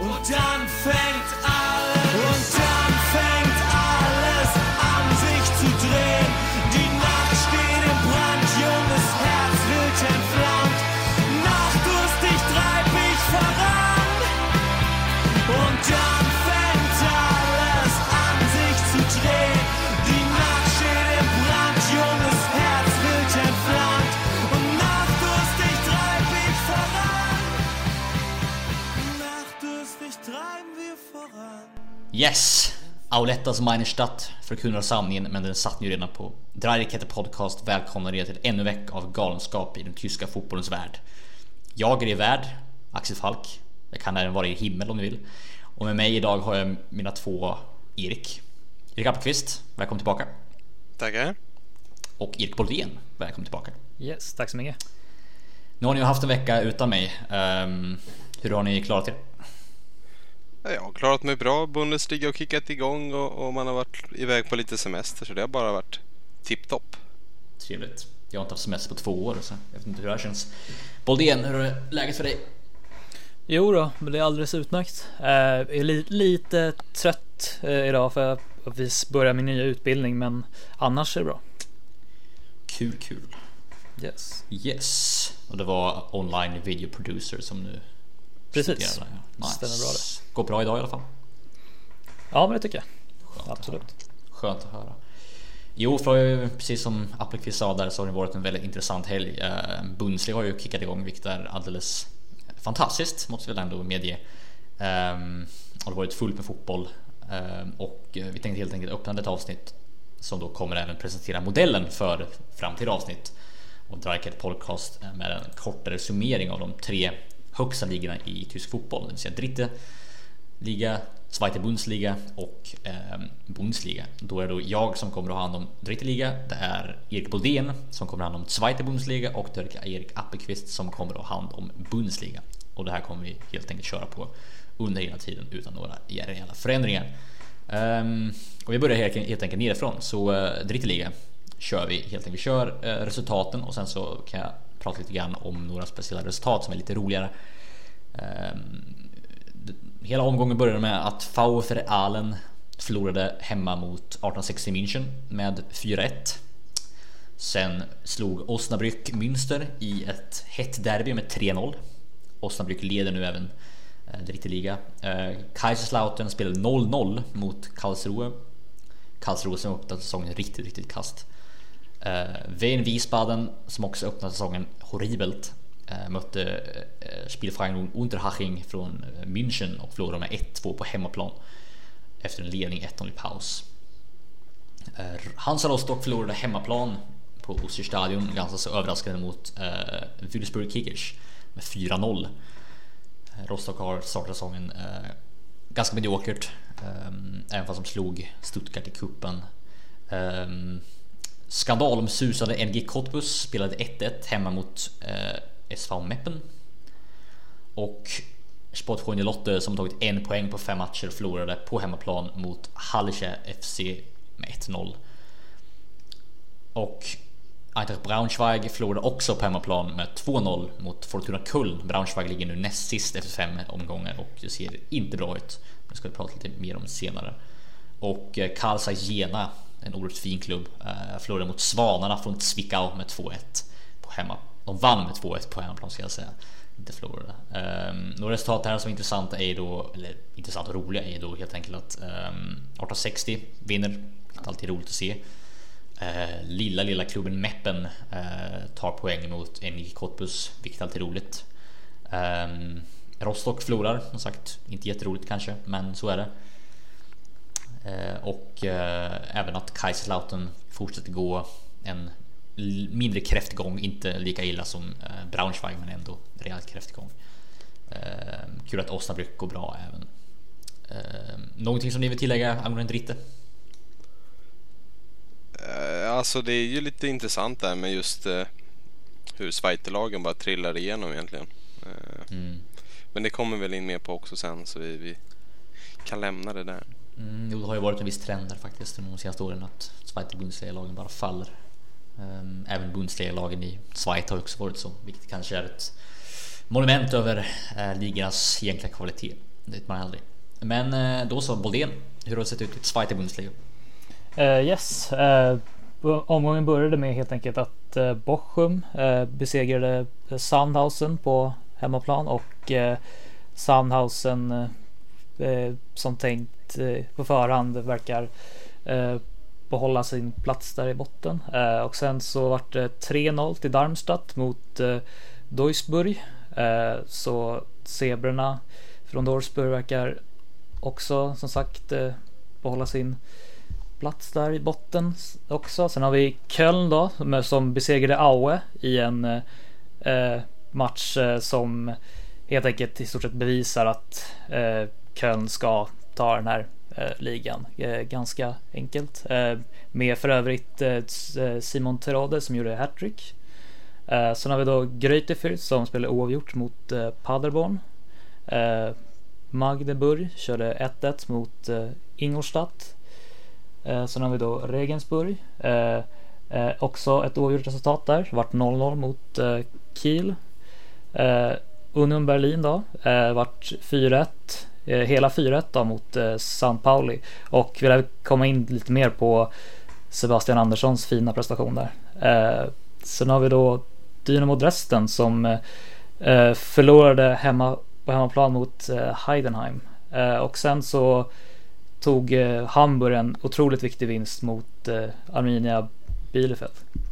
Und dann fängt alles an sich zu drehen. Die Nacht steht im Brand, junges Herz wild entflammt. Nachtdurstig treib ich voran. Und dann fängt alles an sich zu drehen. Die Nacht steht im Brand, junges Herz wild entflammt. Und nachtdurstig treib ich voran. Nachtdurstig treiben wir voran. Yes! Aulettas meine Stadt förkunnar sanningen, men den satt ju redan på. Dreieck heter podcast, välkomnar er till ännu en vecka av galenskap i den tyska fotbollens värld. Jag är er värd, Axel Falk. Jag kan även vara i himmel om ni vill. Och med mig idag har jag mina två Erik Appelqvist, välkommen tillbaka. Tackar. Och Erik Boldén, välkommen tillbaka. Yes, tack så mycket. Nu har ni haft en vecka utan mig. Hur har ni klarat er? Jag har klarat mig bra. Bundesliga har kickat igång och man har varit iväg på lite semester, så det har bara varit tipptopp. Trevligt. Jag har inte haft semester på 2 år, så jag vet inte hur det här känns. Boldén, hur är läget för dig? Jo då, men det är alldeles utmärkt. Jag är lite trött idag för att vi börjar min nya utbildning, men annars är det bra. Kul. Yes. Och det var online video producer som nu. Precis. Nice. Stämmer bra det. Går bra idag i alla fall. Ja, men det tycker jag. Skönt absolut. Skönt att höra. Jo, för precis som Appelqvist sa där, så har det varit en väldigt intressant helg. Bundesliga har ju kickat igång, vilket är alldeles fantastiskt, måste vi väl ändå medge. Och det har varit fullt med fotboll. Och vi tänkte helt enkelt öppna ett avsnitt som då kommer även presentera modellen för framtida avsnitt och Dreieck podcast med en kortare summering av de 3 högsta ligorna i tysk fotboll, det vill säga Dritte Liga, Zweite Bundesliga och Bundesliga. Då är det då jag som kommer att ha hand om Dritte Liga, det är Erik Boldén som kommer att ha hand om Zweite Bundesliga och det är Erik Appelqvist som kommer att ha hand om Bundesliga. Och det här kommer vi helt enkelt köra på under hela tiden utan några reella förändringar. Och vi börjar helt enkelt nerifrån. Så Dritte Liga kör vi helt enkelt. Vi kör resultaten och sen så kan jag prata lite grann om några speciella resultat som är lite roligare. Hela omgången började med att VfR Aalen förlorade hemma mot 1860 München med 4-1. Sen slog Osnabrück Münster i ett hett derby med 3-0. Osnabrück leder nu även Dritte Liga. Kaiserslautern spelade 0-0 mot Karlsruhe. Karlsruhe som öppnade säsongen riktigt kast. Wien Wiesbaden som också öppnade säsongen horribelt mötte Spielverein Unterhaching från München och förlorade med 1-2 på hemmaplan efter en ledning 1-0 i paus. Hansa Rostock förlorade hemmaplan på Osterstadion ganska så överraskande mot Würzburg Kickers med 4-0. Rostock har startat säsongen ganska mediokert, även fast de slog Stuttgart i kuppen. Skandalomsusade NG Cottbus spelade 1-1 hemma mot SV Meppen. Och Sportfreunde Lotte som tagit 1 poäng på 5 matcher förlorade på hemmaplan mot Hallische FC med 1-0. Och Eintracht Braunschweig förlorade också på hemmaplan med 2-0 mot Fortuna Köln. Braunschweig ligger nu näst sist efter 5 omgångar och det ser inte bra ut. Det ska vi prata lite mer om senare. Och Carl Zeiss Jena, en oerhört fin klubb, förlorade mot Svanarna från Zwickau med 2-1 på hemma. De vann med 2-1 på hemmaplan, ska jag säga. Inte förlorade. Några resultat här som är intressanta är då, eller intressant och roliga är då helt enkelt att 1860 vinner. Inte alltid roligt att se. Lilla klubben Meppen tar poäng mot NG Cottbus, vilket alltid är roligt. Rostock förlorar, som sagt, inte jätteroligt kanske, men så är det. Och även att Kaiserslautern fortsätter gå en mindre kräftgång, inte lika illa som Braunschweig, men ändå rejält kräftgång. Kul att Osnabrück går bra även. Någonting som ni vill tillägga angående Dritte? Alltså det är ju lite intressant där med just hur Zweite-lagen bara trillar igenom egentligen. Men det kommer väl in mer på också sen, så vi kan lämna det där. Jo, det har ju varit en viss trend där faktiskt de senaste åren att Zweite Bundesliga-lagen bara faller. Även Bundesliga-lagen i Schweiz har också varit så, vilket kanske är ett monument över ligans egentliga kvalitet. Det man aldrig. Men då så, Boldén, hur har det sett ut i Zweite Bundesliga? Yes. Omgången började med helt enkelt att Bochum besegrade Sandhausen på hemmaplan, och Sandhausen som tänkt på förhand verkar behålla sin plats där i botten. Och sen så vart det 3-0 till Darmstadt mot Duisburg. Så zebrorna från Duisburg verkar också som sagt behålla sin plats där i botten också. Sen har vi Köln då som besegrade Aue i en match som helt enkelt i stort sett bevisar att Köln ska ta den här ligan ganska enkelt. Med för övrigt Simon Terode som gjorde hattrick. Sen har vi då Greuther som spelar oavgjort mot Paderborn. Magdeburg körde 1-1 mot Ingolstadt. Sen har vi då Regensburg. Också ett oavgjort resultat där. Vart 0-0 mot Kiel. Union Berlin då vart 4-1. Hela 4-1 då mot St. Pauli. Och vi vill komma in lite mer på Sebastian Anderssons fina prestation där. Sen har vi då Dynamo Dresden som förlorade på hemmaplan mot Heidenheim. Och sen så tog Hamburg en otroligt viktig vinst mot Arminia Bielefeld.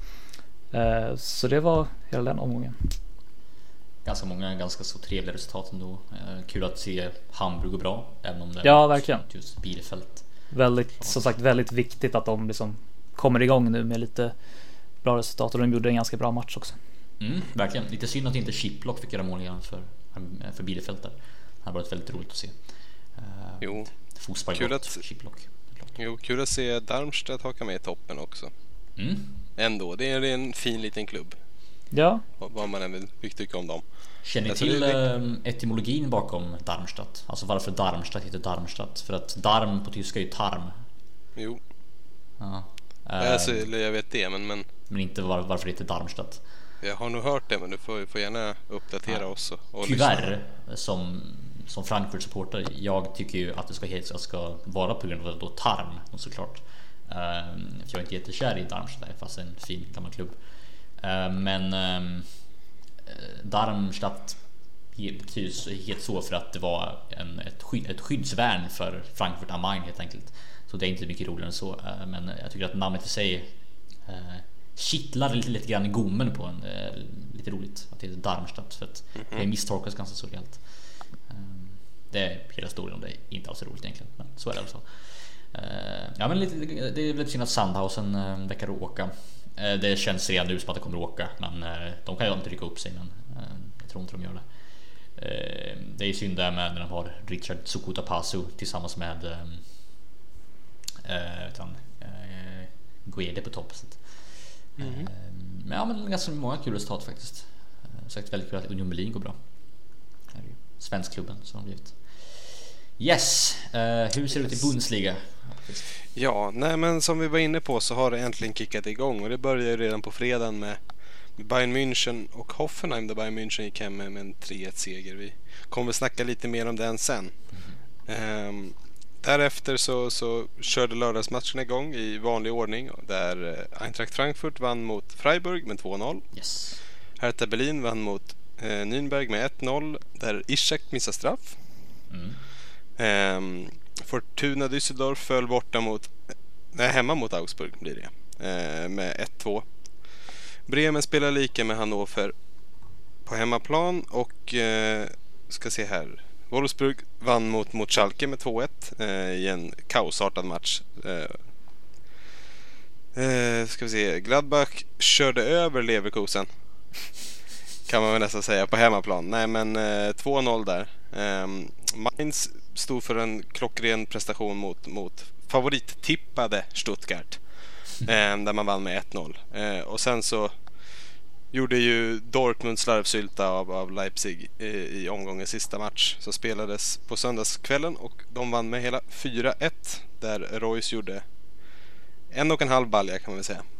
Så det var hela den omgången. Ganska många ganska så trevliga resultat ändå. Kul att se Hamburg gå bra, även om det verkligen just Bielefeld. Väldigt, som sagt, väldigt viktigt att de liksom kommer igång nu med lite bra resultat, och de gjorde en ganska bra match också. Verkligen. Lite synd att inte Chiplock fick göra mål igen för Bielefeld där. Det har varit väldigt roligt att se. Jo. Kul att Chiplock. Kul att se Darmstadt haka med i toppen också. Ändå, det är en fin liten klubb. Ja. Vad man än tycker om dem. Känner ni till etymologin bakom Darmstadt? Alltså varför Darmstadt heter Darmstadt? För att darm på tyska är ju tarm. Jo. Ja. Alltså, jag vet det, men inte varför det heter Darmstadt. Jag har nog hört det, men du får gärna uppdatera oss och tyvärr lyssna. Som Frankfurt-supporter, jag tycker ju att det ska vara på grund av då tarm, såklart. För jag är inte jättekär i Darmstadt, fast en fin gammal klubb. Men Darmstadt betyder helt så för att det var ett skyddsvärn för Frankfurt am Main helt enkelt. Så det är inte mycket roligare än så. Men jag tycker att namnet i sig kittlar lite grann i gommen på en. Lite roligt att det är Darmstadt, för att det misstolkas ganska så rejält. Det är hela historien om det är inte alls roligt egentligen, men så är det alltså. Ja, men det är väldigt synd att Sandhausen verkar åka. Det känns redan nu som att det kommer att åka, men de kan ju inte rycka upp sig, men jag tror inte de gör det. Det är synd där med när de har Richard Tsukutapasu tillsammans med Guede på topp. Men ja, men ganska många kul resultat faktiskt. Sagt väldigt kul att Union Berlin går bra. Det är ju svenskklubben som har blivit. Yes, hur ser det ut i Bundesliga? Ja, nej, men som vi var inne på så har det äntligen kickat igång, och det började ju redan på fredagen med Bayern München och Hoffenheim, där Bayern München gick hem med en 3-1-seger. Vi kommer snacka lite mer om den sen. Därefter så körde lördagsmatchen igång i vanlig ordning, där Eintracht Frankfurt vann mot Freiburg med 2-0. Yes. Hertha Berlin vann mot Nürnberg med 1-0, där Ishak missade straff. Fortuna Düsseldorf föll borta hemma mot Augsburg blir det, med 1-2. Bremen spelar lika med Hannover på hemmaplan, och ska se här, Wolfsburg vann mot Schalke med 2-1 i en kaosartad match. Ska vi se, Gladbach körde över Leverkusen kan man väl nästan säga på hemmaplan. Nej, men 2-0 där. Mainz stod för en klockren prestation mot favorittippade Stuttgart, där man vann med 1-0. Och sen så gjorde ju Dortmund slarvsylta av Leipzig i omgångens sista match, som spelades på söndagskvällen, och de vann med hela 4-1, där Reus gjorde 1,5 balja kan man väl säga.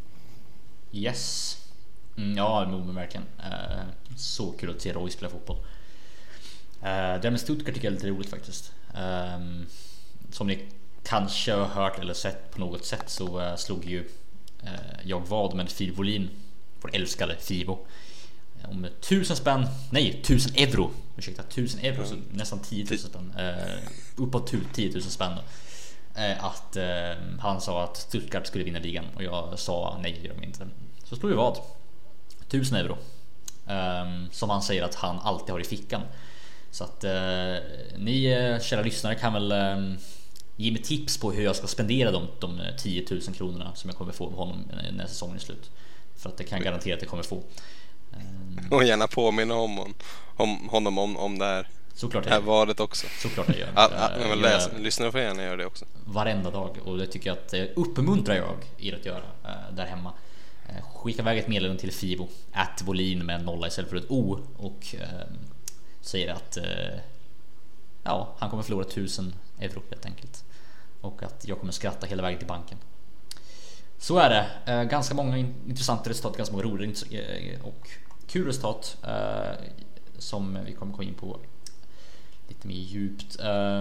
Yes. Ja, nog verkligen. Så kul att se Reus spela fotboll. Det med Stuttgart tycker jag är lite roligt faktiskt. Som ni kanske har hört eller sett på något sätt så slog ju jag vad med Filip Wåhlin, vår älskade Fivo, om 1000 spänn, nej 1000 euro, ursäkta 1000 euro, så nästan 10 000 spänn, uppåt 10 000 spänn då. Att han sa att Stuttgart skulle vinna ligan och jag sa nej, det gör de inte. Så slog vi vad 1000 euro, som han säger att han alltid har i fickan. Så att ni kära lyssnare kan väl ge mig tips på hur jag ska spendera de 10 000 kronorna som jag kommer få av honom när säsongen är slut. För att det kan jag garantera att jag kommer få. Och gärna påminna honom om det här. Såklart här valet också. Såklart jag gör. Lyssnare får gärna göra det också. Varenda dag. Och det tycker jag att uppmuntrar jag er att göra där hemma. Skicka iväg ett meddelande till Fivo @Wåhlin med en nolla istället för ett O. Och säger att han kommer förlora 1000 euro helt enkelt. Och att jag kommer skratta hela vägen till banken. Så är det. Ganska många intressanta resultat, ganska många roliga och kul resultat som vi kommer komma in på lite mer djupt.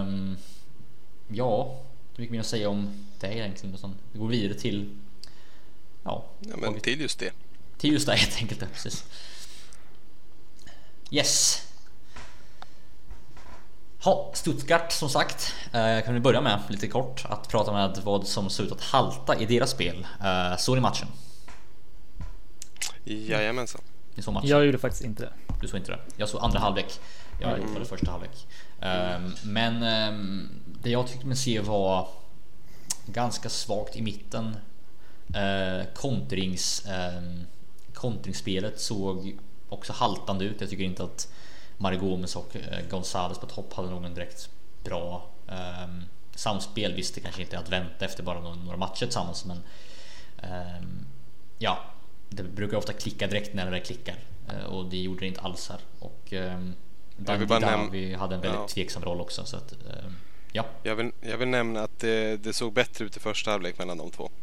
Ja, det är mycket mer att säga om det egentligen. Vi går vidare till till just det. Till just det helt enkelt, precis. Yes. Stuttgart som sagt, kan vi börja med lite kort att prata med vad som ser ut att halta i deras spel. Såg ni matchen? Jajamensan. Ni såg matchen? Jag gjorde faktiskt inte det. Du såg inte det? Jag såg andra halvlek. Jag var det första halvlek. Men det jag tyckte mig se var ganska svagt i mitten. Kontringsspelet såg också haltande ut. Jag tycker inte att Mario Gomez och González på topp hade någon direkt bra samspel. Visst, det kanske inte är att vänta efter bara några matcher tillsammans, men det brukar ofta klicka direkt när det klickar, och det gjorde det inte alls här. Och vi hade en väldigt tveksam roll också, så att jag vill nämna att det såg bättre ut i första halvlek mellan de två.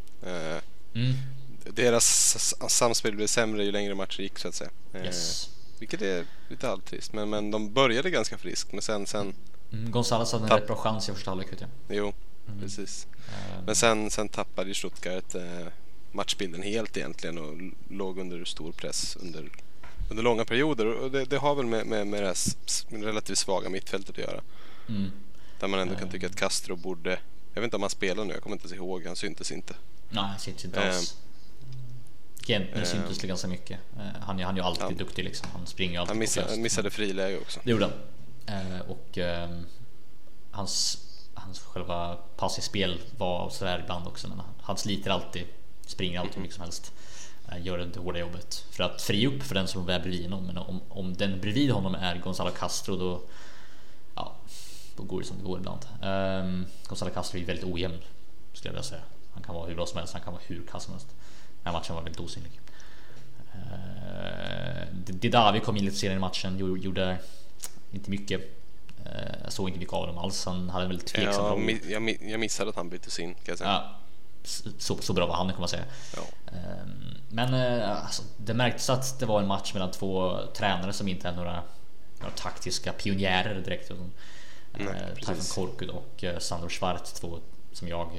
Deras samspel blev sämre ju längre matcher gick, så att säga. Yes. Vilket är lite halvtrist, men de började ganska friskt, men sen González hade en rätt bra chans i första halvlek, vet jag. Jo, precis. Men sen tappade ju Stuttgart matchbilden helt egentligen och låg under stor press under långa perioder, och det har väl med det här relativt svaga mittfältet att göra. Där man ändå kan tycka att Castro borde, jag vet inte om han spelar nu, jag kommer inte ihåg, han syntes inte. Nej, han syntes inte alls. Gentner syntes ganska mycket. Han är ju alltid duktig liksom. Han springer alltid. Han missade friläge också. Det gjorde han. Och hans själva pass i spel var sådär ibland också, men han sliter alltid, springer alltid mycket som helst. Gör inte hårda jobbet för att fri upp för den som är bredvid honom. Men om den bredvid honom är Gonzalo Castro, då går det som det går ibland. Gonzalo Castro är väldigt ojämn, skulle jag vilja säga. Han kan vara hur bra som helst, han kan vara hur kass som helst. Den här matchen var väldigt osynlig. Didavi kom in lite senare i matchen, gjorde inte mycket. Jag såg inte mycket av dem alls. Han hade en väldigt tveksam roll. Jag missade att han byttes in, kan jag säga. Så bra var han, kan man säga. Men alltså, det märktes att det var en match mellan två tränare som inte är några taktiska pionjärer direkt. Tyson Korkud och Sandro Schwarz, två som jag,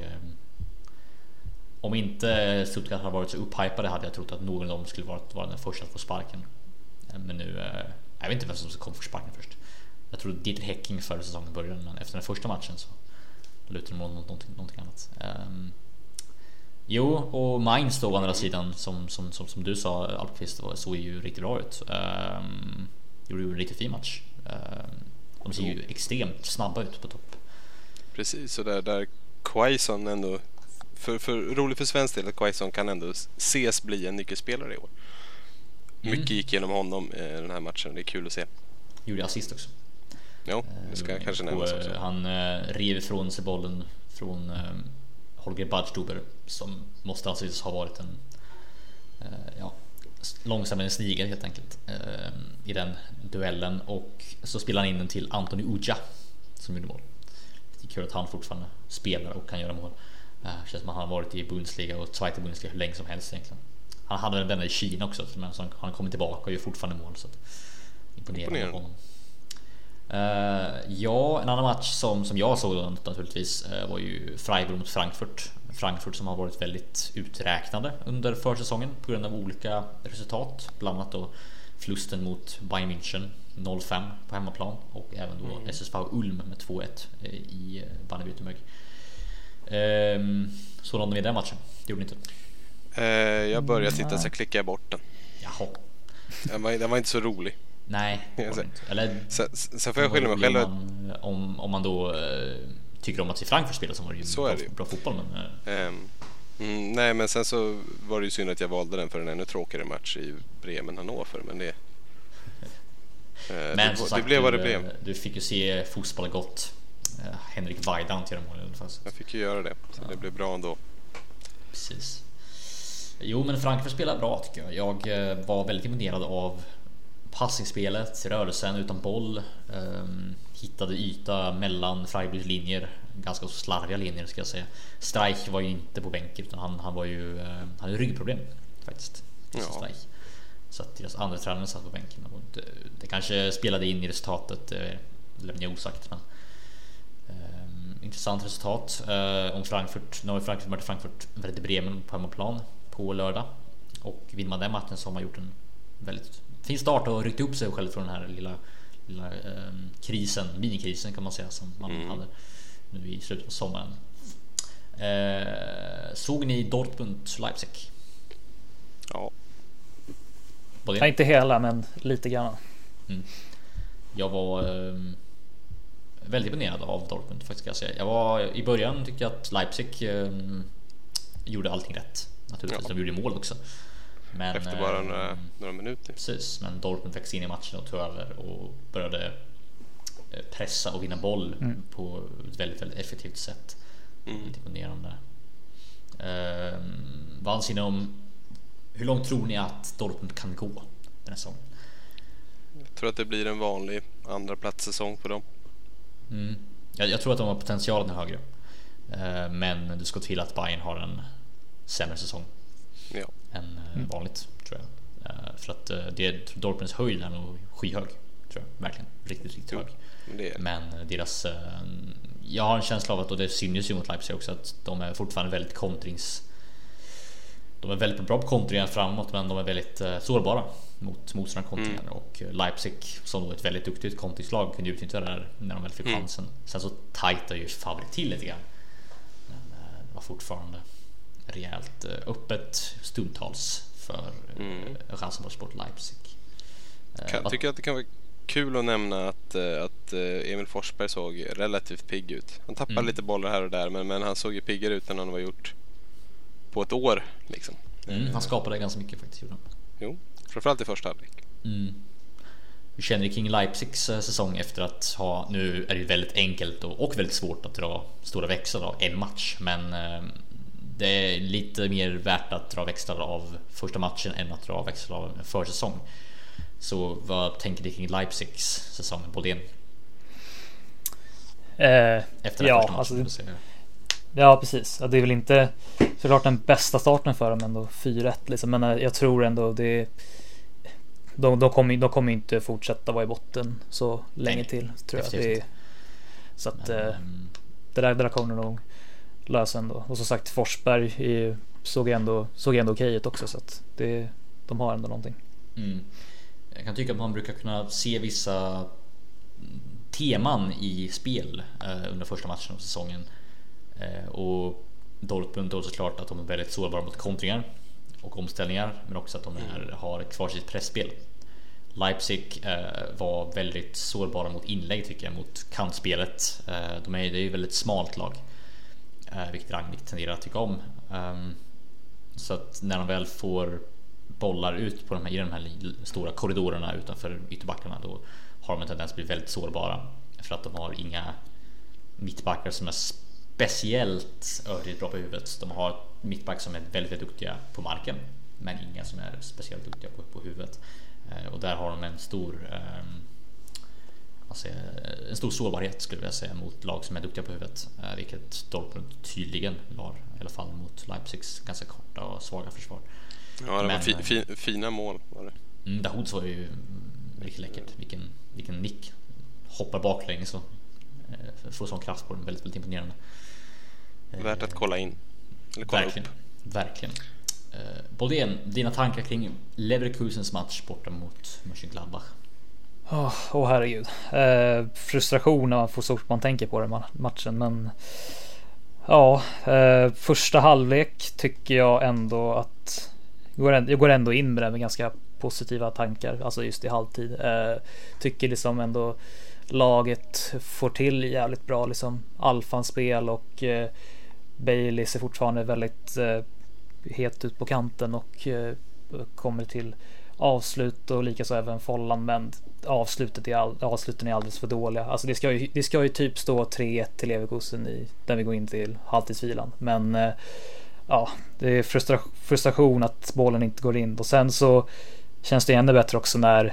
om inte Stuttgart hade varit så upphypade, hade jag trott att någon av dem skulle vara den första att få sparken. Men nu, jag vet inte vem som kom för sparken först. Jag tror Dieter Hecking förra säsongen började, men efter den första matchen så lutar det mot någonting annat. Jo, och Mainz då å andra sidan, som du sa, Alpqvist, såg ju riktigt bra ut. Gjorde ju en riktigt fin match. De ser ju extremt snabba ut på topp. Precis, och där Quaison ändå, för roligt för svensk del, att Quaison kan ändå ses bli en nyckelspelare i år. Mycket gick genom honom i den här matchen, det är kul att se. Gjorde assist också. Jo, det ska jag kanske nämna också. Han rev ifrån sig bollen från Holger Badstuber, som måste alltså ha varit en långsammare än snigel helt enkelt i den duellen, och så spelar han in den till Anthony Ujah som gjorde mål. Det är kul att han fortfarande spelar och kan göra mål. Känns som att han har varit i Bundesliga och Zweite Bundesliga hur länge som helst egentligen. Han hade väl vänner i Kina också, men så han kommer tillbaka och gör fortfarande mål, så att imponerande honom. Ja, en annan match som jag såg då, naturligtvis var ju Freiburg mot Frankfurt. Frankfurt som har varit väldigt uträknade under försäsongen på grund av olika resultat, bland annat då förlusten mot Bayern München 0-5 på hemmaplan och även då SSV Ulm med 2-1 i Baden-Württemberg. Så någon med den matchen? Det gjorde ni inte? Jag började titta så klickade jag bort den. Jaha. Den var inte så rolig. Nej, eller så får jag skylla mig själv om man då tycker om att se Frankfurt spela, som var det ju bra fotboll, men nej, men sen så var det ju synd att jag valde den för en ännu tråkigare match i Bremen-Hannover, men det men som sagt, det blev vad det blev. Du fick ju se fotboll gott. Henrik Weidan till mål i alla fall. Jag fick ju göra det, så det blev bra ändå. Precis. Jo, men Frankfurt spelar bra tycker jag. Jag var väldigt imponerad av passningsspelet, rörelsen utan boll, hittade yta mellan Freiburgs linjer, ganska slarviga linjer ska jag säga. Streich var ju inte på bänken, utan han hade ryggproblem faktiskt. Ja. Streich. Så att deras andra tränare satt på bänken. Det kanske spelade in i resultatet, det lämnar jag osagt, men intressant resultat. Om Frankfurt, nu har Frankfurt Werder Bremen på hemmaplan på lördag, och vinner man den matchen så har man gjort en väldigt fin start och ryckt upp sig själv från den här lilla krisen, minikrisen kan man säga, som man hade nu i slutet av sommaren. Såg ni Dortmund-Leipzig? Ja. Ja, inte hela, men lite grann. Jag var väldigt imponerad av Dortmund faktiskt, ska jag säga. I början tyckte jag att Leipzig gjorde allting rätt. Naturligtvis, de gjorde mål också. Men, efter bara några minuter. Precis, men Dortmund växte in i matchen och tog över och började pressa och vinna boll på ett väldigt, väldigt effektivt sätt. Lite imponerande. Vad anser ni om, hur långt tror ni att Dortmund kan gå den här säsongen? Jag tror att det blir en vanlig andra platssäsong på dem. Jag tror att de har potentialen högre, men det ska till att Bayern har en sämre säsong än vanligt, tror jag. För att Dortmunds höjd är nog skyhög, tror jag, verkligen riktigt hög. Men deras, jag har en känsla av att, och det syns ju mot Leipzig också, att de är fortfarande väldigt de är väldigt bra på kontringar framåt, men de är väldigt sårbara mot motståndarkontringar. Och Leipzig, som då är ett väldigt duktigt kontringslag, kunde utnyttja det där när de väl fick chansen. Sen så tajtar ju Fabrik till lite grann, men det var fortfarande rejält öppet stundtals för Rasenballsport Leipzig. Jag tycker att det kan vara kul att nämna att Emil Forsberg såg relativt pigg ut. Han tappade lite bollar här och där, men han såg ju piggare ut än han var gjort på ett år liksom. Han skapade ganska mycket faktiskt. Jo, framförallt i första halvlek. Hur känner ni kring Leipzigs säsong efter att ha, nu är det väldigt enkelt och väldigt svårt att dra stora växlar av en match, men det är lite mer värt att dra växlar av första matchen än att dra växlar av en försäsong. Så vad tänker ni kring Leipzigs säsong, Bodén? Efter ja, ja, precis. Det är väl inte såklart den bästa starten för dem, ändå 4-1 liksom. Men jag tror ändå de kommer inte fortsätta vara i botten så länge till, tror jag. Så att det där kommer nog lösa ändå. Och som sagt, Forsberg såg ändå okej ut också, så att de har ändå någonting. Jag kan tycka att man brukar kunna se vissa teman i spel under första matchen av säsongen, och Dortmund då såklart att de är väldigt sårbara mot kontringar och omställningar, men också att de har kvar sitt pressspel. Leipzig var väldigt sårbara mot inlägg, tycker jag, mot kantspelet. Det är ju väldigt smalt lag, vilket Rangnick tenderar att tycka om. Så att när de väl får bollar ut på i de här stora korridorerna utanför ytterbackarna, då har de en tendens att bli väldigt sårbara, för att de har inga mittbackar som är speciellt bra på huvudet. De har mittbackar som är väldigt, väldigt duktiga på marken, men inga som är speciellt duktiga på huvudet. Och där har de en stor sårbarhet, skulle jag säga, mot lag som är duktiga på huvudet, vilket Dortmund tydligen var, i alla fall mot Leipzigs ganska korta och svaga försvar. Ja, det var fina mål var det. Dahoud var ju riktigt läckert. Vilken nick hoppar baklänges och får sån kraft på den. Väldigt, väldigt imponerande. Värt att kolla in. Eller kolla Verkligen, upp. verkligen. Boldén, dina tankar kring Leverkusens match borta mot Mönchengladbach? Herregud. Frustration när man får så fort man tänker på den matchen. Men ja, första halvlek tycker jag ändå att jag går ändå in med det med ganska positiva tankar. Alltså just i halvtid. Tycker liksom ändå laget får till jävligt bra liksom alfanspel och Bailey ser fortfarande väldigt het ut på kanten och kommer till avslut och likaså även Folland, men avsluten är alldeles för dåliga. Alltså det ska ju typ stå 3-1 till Leverkusen där vi går in till halvtidsvilan, men ja, det är frustration att bollen inte går in. Och sen så känns det ännu bättre också när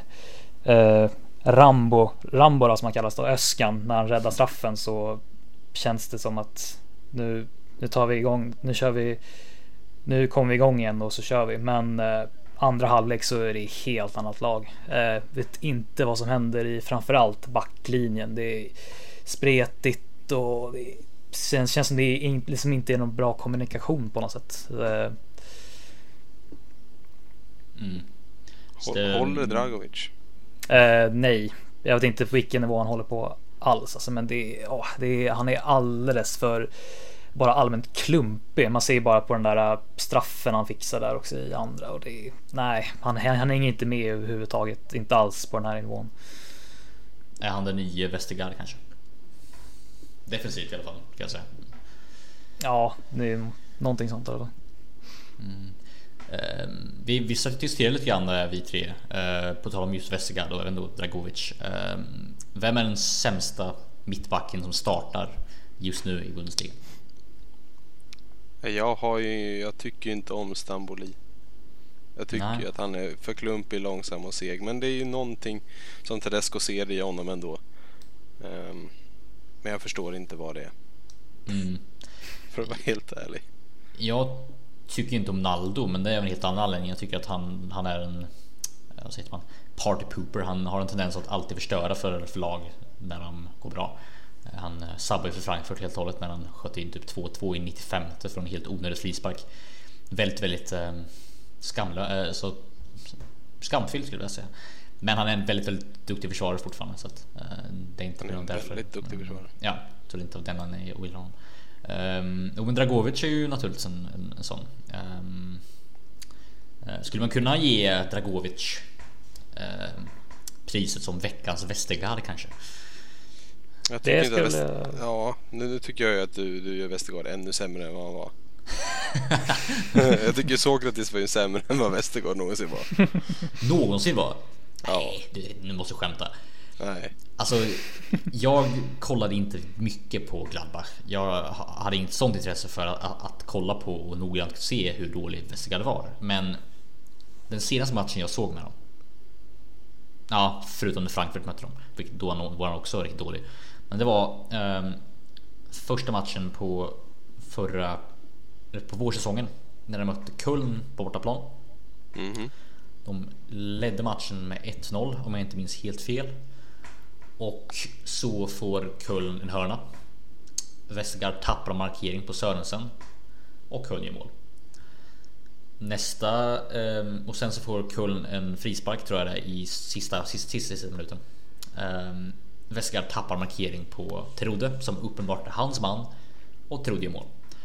Rambo som han kallas då, Öskan, när han räddar straffen, så känns det som att nu tar vi igång, nu kommer vi igång igen och så kör vi. Men andra halvlek så är det helt annat lag. Vet inte vad som händer i framförallt backlinjen. Det är spretigt och det känns som det liksom inte är någon bra kommunikation på något sätt. Håller Dragovic? Nej, jag vet inte på vilken nivå han håller på alls. Alltså, men han är alldeles för bara allmänt klumpig. Man ser bara på den där straffen han fixar där också i andra, och han hänger inte med överhuvudtaget, inte alls på den här nivån. Är han den nya Vestergaard kanske? Defensivt i alla fall, kan jag säga. Ja, det är någonting sånt i alla fall. Vi diskuterade lite grann vi tre på tal om just Vestergaard och även då Dragovic. Vem är den sämsta mittbacken som startar just nu i Bundesliga? Jag tycker inte om Stamboli. Jag tycker ju att han är för klumpig, långsam och seg. Men det är ju någonting som Tedesco ser i honom ändå. Men jag förstår inte vad det är. För att vara helt ärlig. Jag tycker inte om Naldo, men det är en helt annan anledning. Jag tycker att han är en, vad säger man, party pooper. Han har en tendens att alltid förstöra för lag när de går bra. Han sabbade för Frankfurt helt och hållet när han sköt in typ 2-2 i 95 från en helt onödig frispark. Väldigt skamfyllt skulle jag säga. Men han är en väldigt duktig försvarare fortfarande, så att det är inte någon därför. Väldigt duktig försvarare. Ja, så det är inte av den han är ogillar honom. Men Dragovic är ju naturligtvis en sån. Skulle man kunna ge Dragovic priset som veckans Vestergaard kanske? Jag tycker nu tycker jag ju att du gör Vestergaard ännu sämre än vad han var. Jag tycker Sokratis var ju sämre än vad Vestergaard någonsin var. Någonsin var? Ja. Nej, nu måste skämta. Nej. Alltså, jag kollade inte mycket på Gladbach. Jag hade inte sånt intresse för att kolla på och noggrant se hur dålig Vestergaard var. Men den senaste matchen jag såg med dem, ja, förutom när Frankfurt mötte dem, då var han också riktigt dålig. Men det var första matchen på vårsäsongen när de mötte Köln på bortaplan. De ledde matchen med 1-0 om jag inte minns helt fel. Och så får Köln en hörna. Vestergaard tappar markering på Sörensen och Köln gör mål. Och sen så får Köln en frispark, tror jag det är, i sista minuten. Vestergaard tappar markering på Terodde, som uppenbart är hans man, och Terodde gör mål.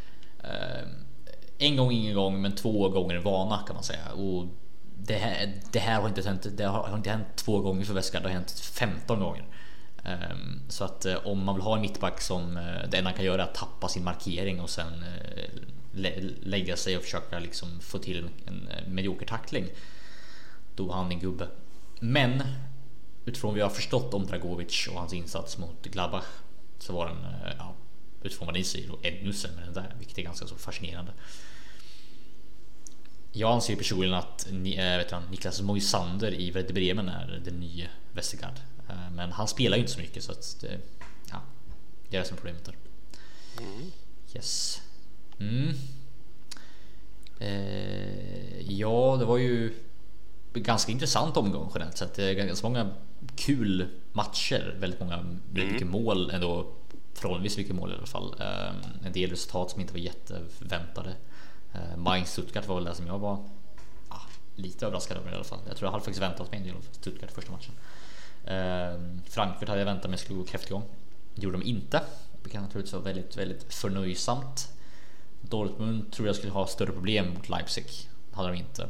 En gång ingen gång, men 2 gånger vana kan man säga. Och det här har inte hänt. Det har inte hänt 2 gånger för Vestergaard, det har hänt 15 gånger. Så att om man vill ha en mittback som det enda han kan göra är att tappa sin markering och sen lägga sig och försöka liksom få till en medioker tackling, då var han en gubbe. Men utifrån vad jag har förstått om Dragovic och hans insats mot Gladbach, så var den utifrån vad ni säger då ännu sämre än där, vilket är ganska så fascinerande. Jag anser personligen att Niklas Moisander i Werder Bremen är den nya Vestergaard. Men han spelar ju inte så mycket, så att det är det som är problemet där. Yes. Ja, det var ju ganska intressant omgång generellt sett. Det är ganska många kul matcher, väldigt mycket mål ändå, förhållandevis mycket mål i alla fall. En del resultat som inte var jätteväntade. Mainz-Stuttgart var väl det som jag var lite överraskad över i alla fall. Jag tror jag hade faktiskt väntat mig en del av Stuttgart första matchen. Frankfurt hade jag väntat mig skulle gå kräftgång. Det gjorde de inte. Det kan naturligtvis vara väldigt, väldigt förnöjsamt. Dortmund tror jag skulle ha större problem mot Leipzig. Hade de inte.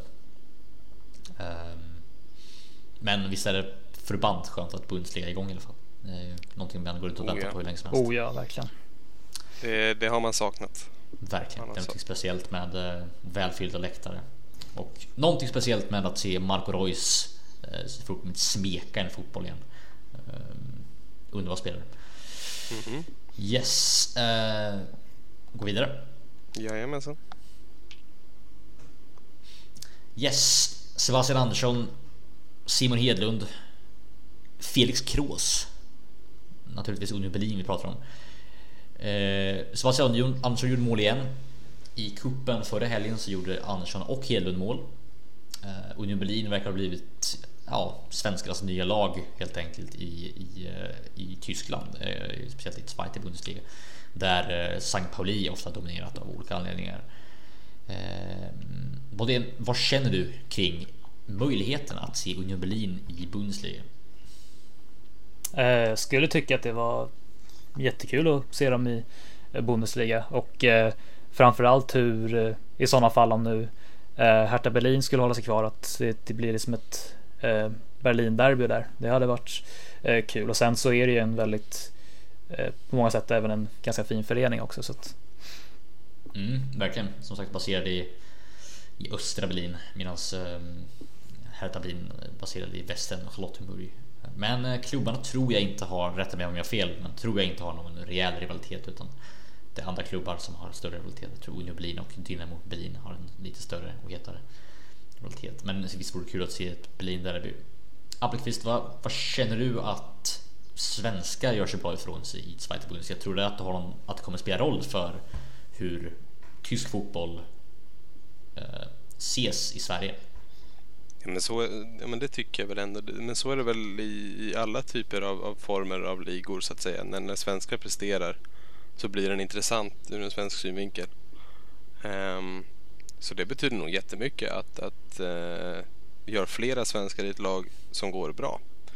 Men visst är det förband skönt att Bundesliga är igång i alla fall. Det är ju någonting man går ut och väntar på hur länge som helst. Ja, verkligen. Det har man saknat. Verkligen. Det är någonting speciellt med välfyllda läktare. Och någonting speciellt med att se Marco Reus smeka en fotboll igen. Underbar spelare. Yes. Gå vidare. Jajamensan. Yes. Sebastian Andersson, Simon Hedlund, Felix Kroos. Naturligtvis Union Berlin vi pratar om. Sebastian Andersson gjorde mål igen. I kuppen förra helgen så gjorde Andersson och Hedlund mål. Union Berlin verkar ha blivit svenskarnas nya lag helt enkelt i Tyskland, speciellt i Zweite Bundesliga, där St. Pauli ofta dominerat av olika anledningar. Vad känner du kring möjligheten att se Union Berlin i Bundesliga? Skulle tycka att det var jättekul att se dem i Bundesliga, och framförallt hur i sådana fall om nu Hertha Berlin skulle hålla sig kvar, att det blir liksom ett Berlin-derby där. Det hade varit kul. Och sen så är det ju en väldigt på många sätt även en ganska fin förening också, så att... verkligen. Som sagt baserad i östra Berlin, medan Hertha Berlin baserad i västern och Charlottenburg. Men klubbarna tror jag inte har, rätta mig om jag har fel, men tror jag inte har någon rejäl rivalitet, utan det är andra klubbar som har större rivalitet. Jag tror Union Berlin och Dynamo Berlin har en lite större och hetare rivalitet. Men visst vore det kul att se ett Berlin-derby. Appelqvist, vad känner du att svenskar gör sig bra ifrån sig i Zweite Bundesliga? Jag tror det att det kommer spela roll för hur tysk fotboll ses i Sverige. Men det tycker jag väl ändå. Men så är det väl i alla typer av former av ligor, så att säga. När svenskar presterar så blir den intressant ur en svensk synvinkel. Så det betyder nog jättemycket att vi har flera svenskar i ett lag som går bra.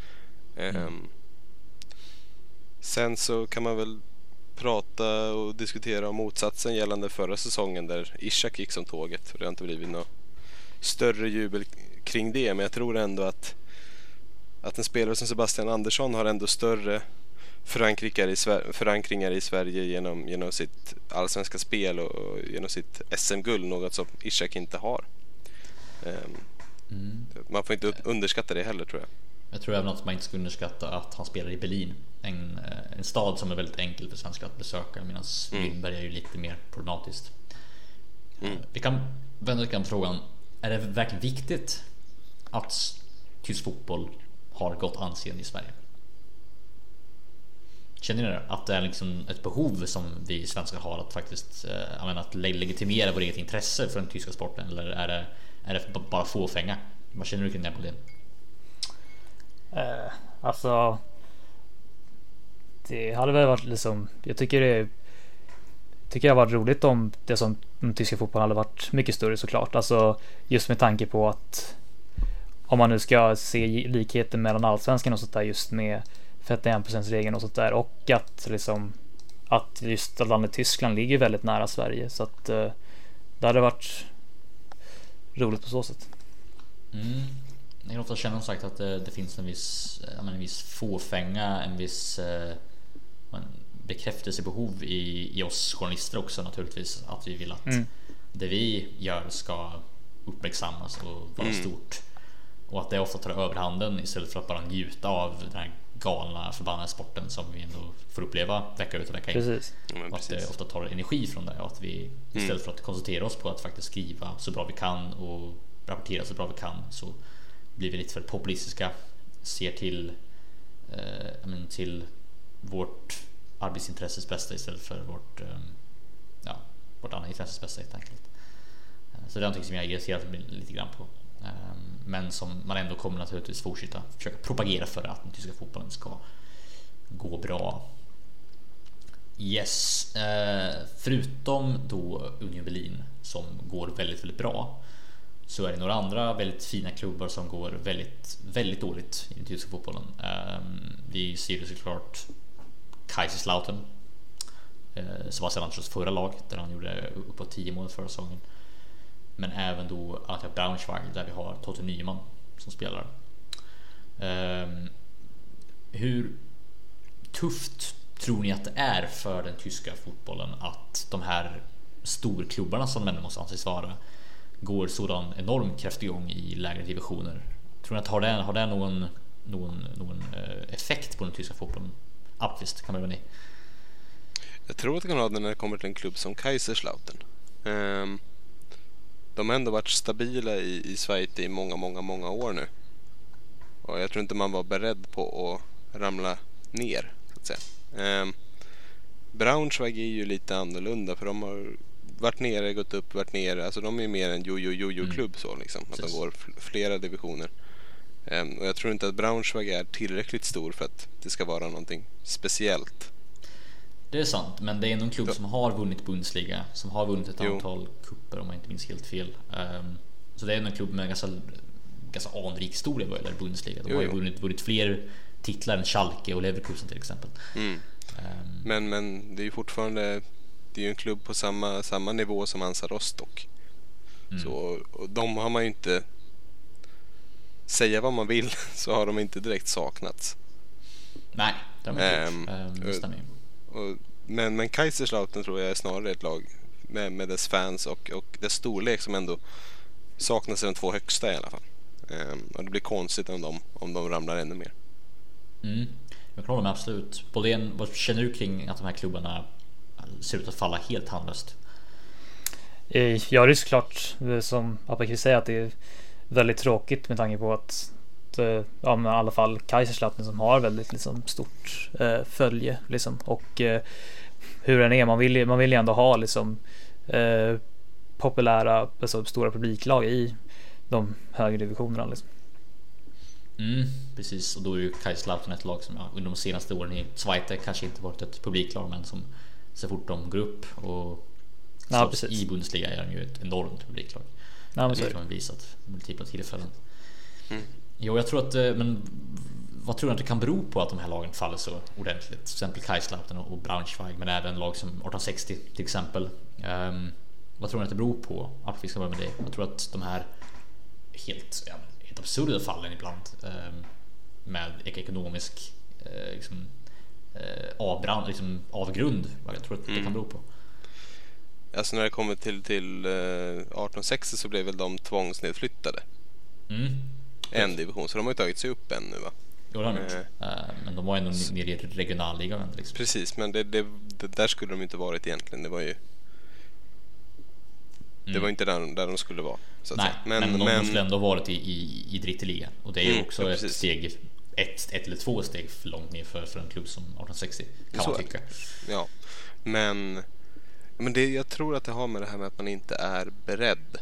Sen så kan man väl prata och diskutera om motsatsen gällande förra säsongen där Ishak gick som tåget, för det har inte blivit något större jubel kring det. Men jag tror ändå att en spelare som Sebastian Andersson har ändå större förankringar i Sverige genom sitt allsvenska spel och genom sitt SM-guld, något som Ishak inte har. Man får inte underskatta det heller, tror jag. Jag tror även att man inte ska underskatta att han spelar i Berlin, en stad som är väldigt enkel för svenskar att besöka, medan Lindberg är ju lite mer problematiskt. Vi kan vända lite på frågan: är det verkligen viktigt att tysk fotboll har gott anseende i Sverige? Känner ni att det är liksom ett behov som vi svenskar har att faktiskt att legitimera vårt eget intresse för den tyska sporten, eller är det bara fåfänga? Vad känner du kring det på det? Alltså, det hade väl varit liksom, jag tycker det har varit roligt om det som den tyska fotbollen hade varit mycket större, såklart. Alltså just med tanke på att om man nu ska se likheten mellan allsvenskan och sånt där, just med 51%-regeln och sånt där, och att liksom att just landet Tyskland ligger väldigt nära Sverige, så att det hade varit roligt på så sätt. Jag kan ofta känna sagt att det finns en viss fåfänga, en viss bekräftelsebehov i oss journalister också, naturligtvis, att vi vill att det vi gör ska uppmärksammas och vara stort, och att det ofta tar överhanden istället för att bara njuta av den här galna förbannade sporten som vi ändå får uppleva vecka ut och vecka in. Precis. Och att det ofta tar energi från det, och att vi istället för att koncentrera oss på att faktiskt skriva så bra vi kan och rapportera så bra vi kan, så blir vi lite för populistiska, ser till vårt arbetsintresses bästa istället för vårt andra intresses bästa, helt enkelt. Så det är någonting som jag irriterar mig lite grann på. men som man ändå kommer naturligtvis fortsätta försöka propagera för att den tyska fotbollen ska gå bra. Yes, förutom då Union Berlin som går väldigt, väldigt bra, så är det några andra väldigt fina klubbar som går väldigt, väldigt dåligt i den tyska fotbollen. Vi ser ju såklart Kaiserslautern, Sebastian Anderssons förra lag, där han gjorde uppåt 10 mål förra säsongen. Men även då Eintracht Braunschweig, där vi har Totte Nyman som spelar. Hur tufft tror ni att det är för den tyska fotbollen att de här storklubbarna som de måste anses vara går sådan enorm kraftigång i lägre divisioner? Tror ni att har det någon effekt på den tyska fotbollen? Appqvist, kan man väl ni? Jag tror att det kan ha det när det kommer till en klubb som Kaiserslautern. De har ändå varit stabila i Schweiz i många år nu. Och jag tror inte man var beredd på att ramla ner, så att säga. Braunschweig är ju lite annorlunda, för de har varit nere, gått upp, varit nere. Alltså de är mer en jojo-klubb så liksom. Att de går flera divisioner. Och jag tror inte att Braunschweig är tillräckligt stor för att det ska vara någonting speciellt. Det är sant, men det är en klubb som har vunnit Bundesliga, som har vunnit ett antal kupper om jag inte minns helt fel. Så det är en klubb med ganska anrik historia vad gäller Bundesliga. De har ju vunnit fler titlar än Schalke och Leverkusen till exempel. Men det är ju fortfarande, det är ju en klubb på samma nivå som Hansa Rostock. Så, och de har man ju inte, säga vad man vill, så har de inte direkt saknats. Nej, det stämmer. Men Kaiserslautern tror jag är snarare ett lag med dess fans och dess storlek som ändå saknas i de 2 högsta i alla fall. Och det blir konstigt om de ramlar ännu mer. Jag kan hålla med, absolut. Bolén, vad känner du kring att de här klubbarna ser ut att falla helt handlöst? Ja, det är såklart som Appqvist säger att det är väldigt tråkigt med tanke på att ja, men i alla fall Kaiserslautern som har väldigt liksom stort följe liksom, och hur den är, man vill ju ändå ha liksom populära, alltså stora publiklag i de högre divisionerna liksom. Precis, och då är ju Kaiserslautern ett lag som under de senaste åren i Schweiz kanske inte varit ett publiklag, men som så fort de går upp och i Bundesliga är de ju ett enormt publiklag. Det har de visat multipla tillfällen. Jo, jag tror att, men vad tror du att det kan bero på att de här lagen faller så ordentligt? Till exempel Kaiserslautern och Braunschweig, men även lag som 1860 till exempel. Vad tror du att det beror på? Att vi ska börja med det. Jag tror att de här helt absurda fallen ibland med ekonomisk avgrund, vad jag tror att det kan bero på. Alltså när det kommer till 1860 så blev väl de tvångsnedflyttade. En division, så de har ju tagit sig upp än nu, va? Jo, det har de gjort. Men de var ändå nere i regionalligan liksom. Precis, men det där skulle de inte varit egentligen. Det var ju det var inte där de skulle vara, så att nej, säga. Men de skulle ändå varit i dritteligan. Och det är ju också ett steg, ett eller 2 steg för långt ner för en klubb som 1860, kan man tycka. Ja, men det, jag tror att det har med det här med att man inte är beredd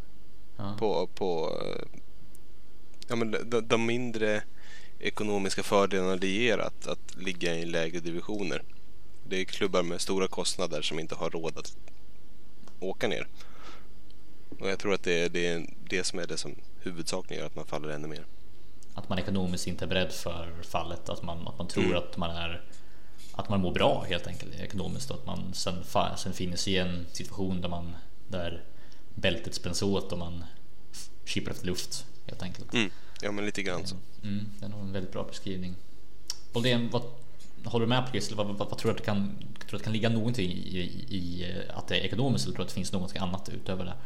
på ja, men de mindre ekonomiska fördelarna det ger att ligga i lägre divisioner. Det är klubbar med stora kostnader som inte har råd att åka ner. Och jag tror att det är det som är det som huvudsakligen gör att man faller ännu mer. Att man ekonomiskt inte är beredd för fallet, att man tror att man mår bra helt enkelt ekonomiskt, och att man sen finner sig i en situation där bältet spänns åt och man kippar efter luft helt enkelt. Ja, men lite grann så. Det är nog en väldigt bra beskrivning. Boldén, vad håller du med på det? Vad tror du att det kan ligga någonting i att det är ekonomiskt, eller tror du att det finns något annat utöver det?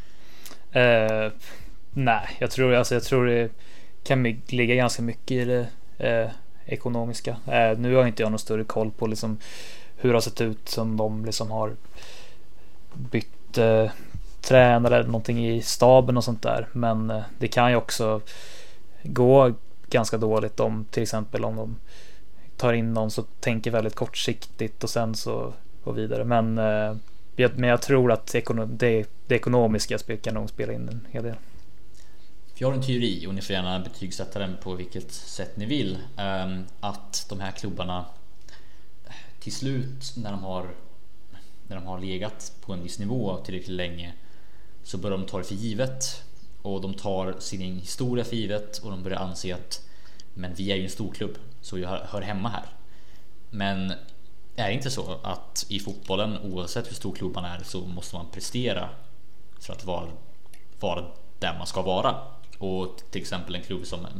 Nej, jag tror det kan ligga ganska mycket i det ekonomiska. Nu har inte jag någon större koll på liksom hur det har sett ut som de liksom har bytt tränare eller någonting i staben och sånt där, men det kan ju också gå ganska dåligt om till exempel om de tar in någon som tänker väldigt kortsiktigt och sen så går vidare, men jag tror att det ekonomiska spelet kan nog spela in en hel del. jag har en teori, och ni får gärna betygsätta den på vilket sätt ni vill, att de här klubbarna till slut, när de har legat på en viss nivå tillräckligt länge, så börjar de ta det för givet, och de tar sin historia för givet, och de börjar anse att men vi är ju en stor klubb, så jag hör hemma här. Men är det inte så att i fotbollen, oavsett hur stor klubban är, så måste man prestera för att vara där man ska vara? Och till exempel en klubb som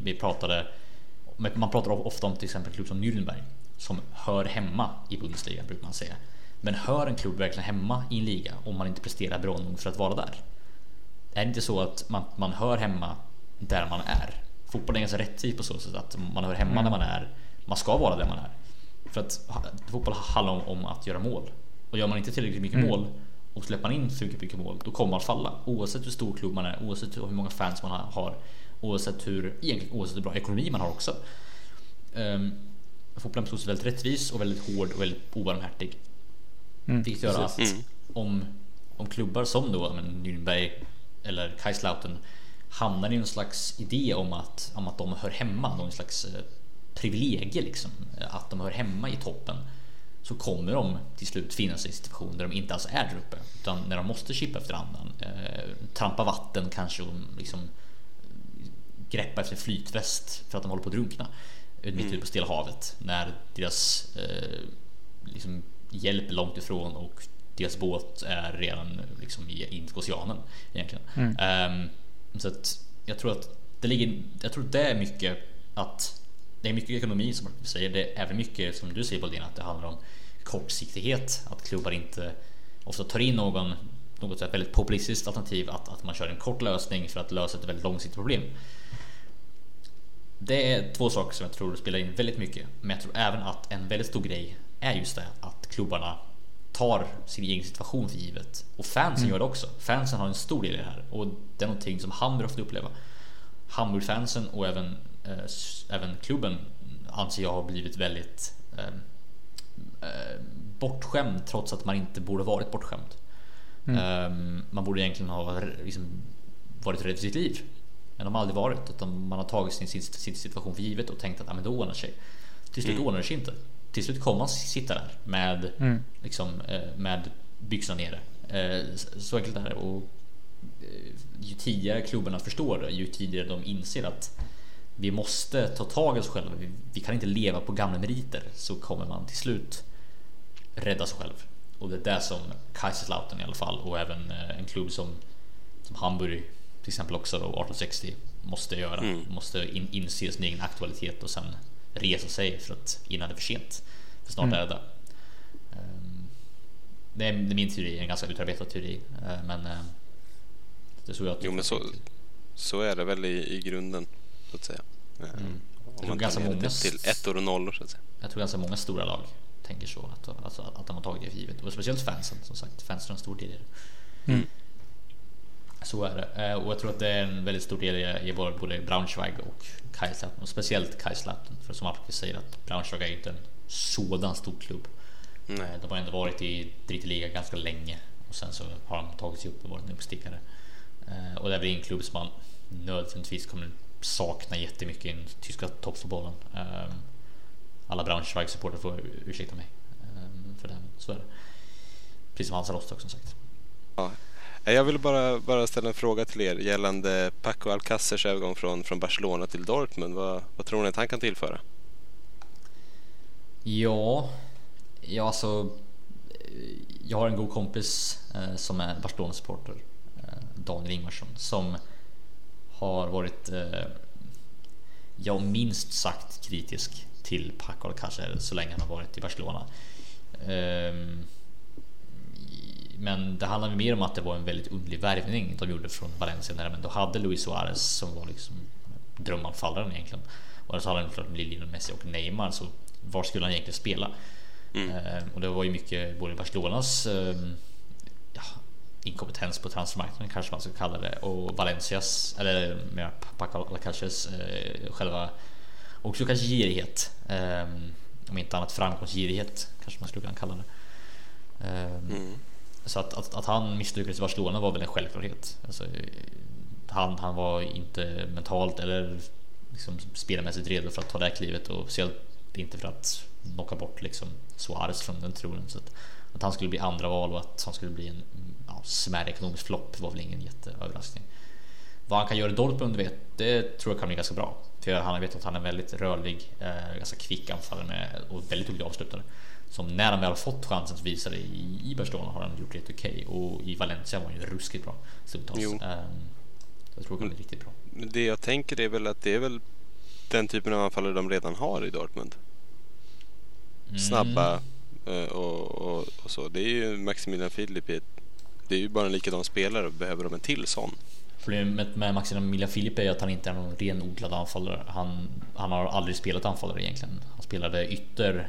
man pratar ofta om, till exempel en klubb som Nürnberg, som hör hemma i Bundesliga, brukar man säga. Men hör en klubb verkligen hemma i en liga om man inte presterar bra nog för att vara där? Är det inte så att man hör hemma där man är? Fotboll är ganska rättvis på så sätt att man hör hemma där man är. Man ska vara där man är. För att fotboll handlar om att göra mål. Och gör man inte tillräckligt mycket mål och släpper man in för mycket mål, då kommer man falla. Oavsett hur stor klubb man är, oavsett hur många fans man har, oavsett hur bra ekonomi man har också. Fotbollen är väldigt rättvis och väldigt hård och väldigt obarmhärtig. Vilket gör att om klubbar som då Nürnberg eller Kaiserslautern hamnar i en slags idé om att de hör hemma, någon slags privilegie liksom, att de hör hemma i toppen, så kommer de till slut finna sig i situationer där de inte alls är där uppe, utan när de måste chippa efter andan, trampa vatten kanske, och liksom greppa efter flytväst för att de håller på att drunkna mitt ute på Stilla havet, när deras liksom hjälp är långt ifrån och deras båt är redan liksom in på oceanen egentligen. Så att jag tror att det är mycket att det är mycket ekonomi, som du säger. Det är även mycket, som du säger, Boldin, att det handlar om kortsiktighet, att klubbar inte ofta tar in något väldigt populistiskt alternativ, att man kör en kort lösning för att lösa ett väldigt långsiktigt problem. Det är två saker som jag tror spelar in väldigt mycket. Men jag tror även att en väldigt stor grej är just det, att klubbarna tar sin egen situation för givet. Och fansen gör det också. Fansen har en stor del i det här, och det är någonting som Hamburg ofta upplever. Hamburg-fansen och även klubben anser jag har blivit väldigt bortskämd, trots att man inte borde varit bortskämd. Man borde egentligen ha liksom varit rädd för sitt liv, men de har aldrig varit, utan man har tagit sin situation för givet och tänkt att men det ordnar sig. Till slut ordnar det sig inte. Till slut kommer man sitta där med liksom, med byxorna nere. Så enkelt är det. Och ju tidigare klubbarna förstår det, ju tidigare de inser att vi måste ta tag i oss själva, vi kan inte leva på gamla meriter, så kommer man till slut rädda sig själv. Och det är det som Kaiserslautern i alla fall, och även en klubb som Hamburg till exempel också, 1860, måste göra. Måste inse sin egen aktualitet och sen resa sig för att innan det är för sent, för snart är det där. Det är min teori, en ganska utarbetad teori, men det tror jag att men så är det väl i grunden, så att säga. Om man tar ner det till 1 och 0, så att säga. Jag tror ganska många stora lag tänker så, att de har tagit det för givet, och speciellt fansen, som sagt. Fansen har en stor del i det. Så är det. Och jag tror att det är en väldigt stor del i både Braunschweig och Kaiserslautern, och speciellt Kaiserslautern, för som Marcus säger, att Braunschweig är inte en sådan stor klubb. De har ändå varit i dritte liga ganska länge, och sen så har de tagit sig upp och varit en uppstickare. Och det är väl en klubb som man nödvändigtvis kommer sakna jättemycket i den tyska toppfotbollen. Alla Braunschweig-supporter får ursäkta mig för det, så är det. Precis som Hansa Rostock, som sagt. Ja. Jag vill bara ställa en fråga till er gällande Paco Alcácers övergång från Barcelona till Dortmund. Vad tror ni att han kan tillföra? Ja, alltså, jag har en god kompis som är Barcelona-supporter, Daniel Ingvarsson, som har varit minst sagt kritisk till Paco Alcácer så länge han har varit i Barcelona. Men det handlar mer om att det var en väldigt underlig värvning de gjorde från Valencia, när de hade Luis Suarez som var liksom drömanfallaren egentligen, och så hade de Lionel Messi och Neymar, så var skulle han egentligen spela? Och det var ju mycket både Barcelonas inkompetens på transfermarknaden, kanske man ska kalla det, och Valencias, eller mer Paco Alcácers själva också kanske girighet, om inte annat framgångsgirighet kanske man skulle kunna kalla det. Så att han misslyckades i Barcelona var väl en självklarhet. Alltså, han var inte mentalt eller liksom spelarmässigt redo för att ta det här klivet, och speciellt inte för att knocka bort liksom Suarez från den tronen. Så att han skulle bli andra val och att han skulle bli en smärre ekonomisk flopp var väl ingen jätteöverraskning. Vad han kan göra i Dortmund det tror jag kan bli ganska bra. För han vet att han är väldigt rörlig, ganska kvick anfallare och väldigt duktig avslutare. Som när han väl har fått chansen att visa det i Barcelona har han gjort det okej. Och i Valencia var han ju ruskigt bra. Jag tror det kan bli riktigt bra. Det jag tänker är väl att det är väl den typen av anfallare de redan har i Dortmund. Snabba och så. Det är ju Maximilian Philipp. Det är ju bara en likadan spelare, och behöver de en till sån. Problemet med Maximilian Philipp är att han inte är någon renodlad anfallare. Han har aldrig spelat anfallare egentligen. Han spelade ytter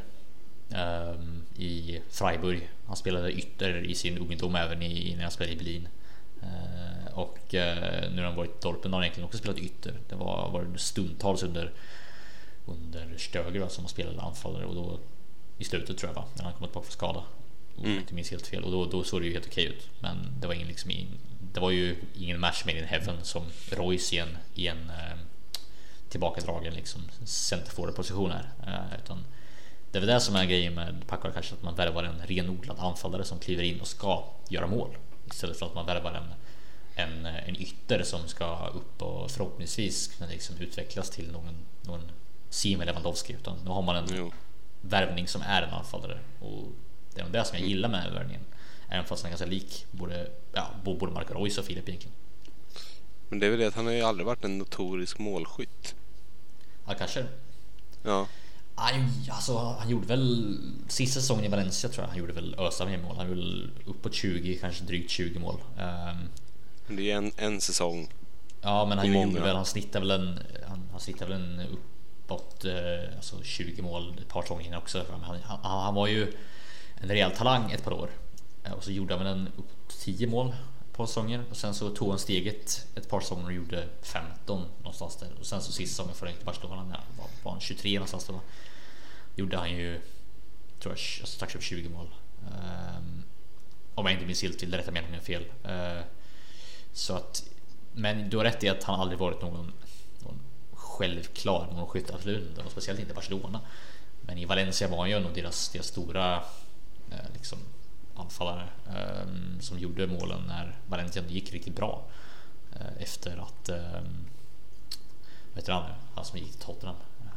i Freiburg. Han spelade ytter i sin ungdom även när han spelade i Berlin. Och nu har han varit i Dortmund har han egentligen också spelat ytter. Det var stundtals under Stöger som han spelade anfallare, och då i slutet tror jag när han kom tillbaka för skada. Inte minns helt fel, och då såg det ju helt okej ut. Men det var det var ju ingen match made in heaven som Royce i en tillbakadragen liksom centerforward position här, utan det är väl det som är grejen med Packard, kanske att man värvar en renodlad anfallare som kliver in och ska göra mål, istället för att man värvar en ytter som ska upp och förhoppningsvis kunna liksom utvecklas till någon Simon Lewandowski, utan nu har man en värvning som är en anfallare, och det är det som jag gillar med värvningen, även fast han är ganska lik både Marco Reus och Philipp egentligen. Men det är väl det att han har ju aldrig varit en notorisk målskytt. Ja, kanske. Ja. Han gjorde väl sista säsongen i Valencia, tror jag han gjorde väl ösa med mål. Han gjorde väl uppåt 20, kanske drygt 20 mål. Det är en säsong. Ja, men han snittar väl en uppåt 20 mål ett par säsonger innan också. Han var ju en rejäl talang ett par år, och så gjorde han en upp 10 mål på säsonger, och sen så tog han steget ett par säsonger och gjorde 15 någonstans där, och sen så sista säsongen för Barcelona var han 23 någonstans då. Gjorde han ju, tror jag, strax upp 20 mål. Om jag inte minns helt till, det rätta meningen fel. Så att, men du har rätt i att han aldrig varit någon självklar målskytt, absolut, och speciellt inte Barcelona. Men i Valencia var han ju nog deras stora liksom anfallare, som gjorde målen när Valencia gick riktigt bra, efter att han som gick till Tottenham.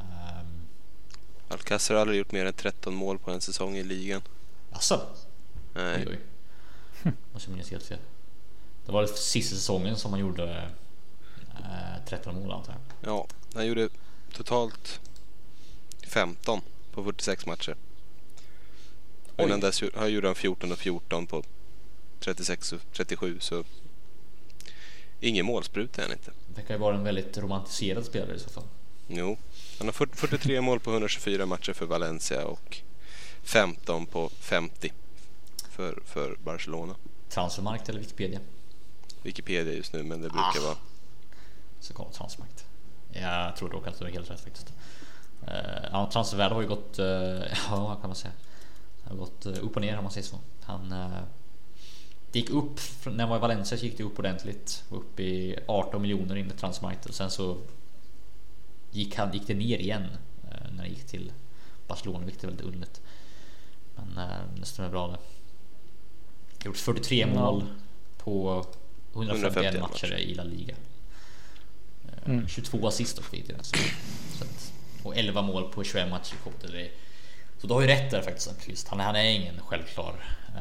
Alcácer har aldrig gjort mer än 13 mål på en säsong i ligan. Alltså? Nej. Oj. Måste minnas helt fel. Det var sista säsongen som han gjorde 13 mål, antar jag. Ja, han gjorde totalt 15 på 46 matcher. Innan dess gjorde han 14 och 14 på 36 och 37, så ingen målsprut är han inte. Det kan ju vara en väldigt romantiserad spelare i så fall. Jo, han har 43 mål på 124 matcher för Valencia och 15 på 50 för Barcelona. Transfermarkt eller Wikipedia? Wikipedia just nu, men det brukar vara. Så kommer Transfermarkt. Jag tror dock att det är helt rätt faktiskt. Transfervärde har ju gått, vad kan man säga? Det har gått upp och ner, om man säger så. Det gick upp när han var i Valencia, så gick det upp ordentligt, upp i 18 miljoner in i transfermarknaden, och sen så gick det ner igen när det gick till Barcelona, vilket är väldigt underligt. Men det stämmer bra det. Gjort 43 mål på 151 matcher i La Liga. 22 assist och skit i det. Och 11 mål på 21 matcher. Så du har ju rätt där faktiskt. Han är ingen självklar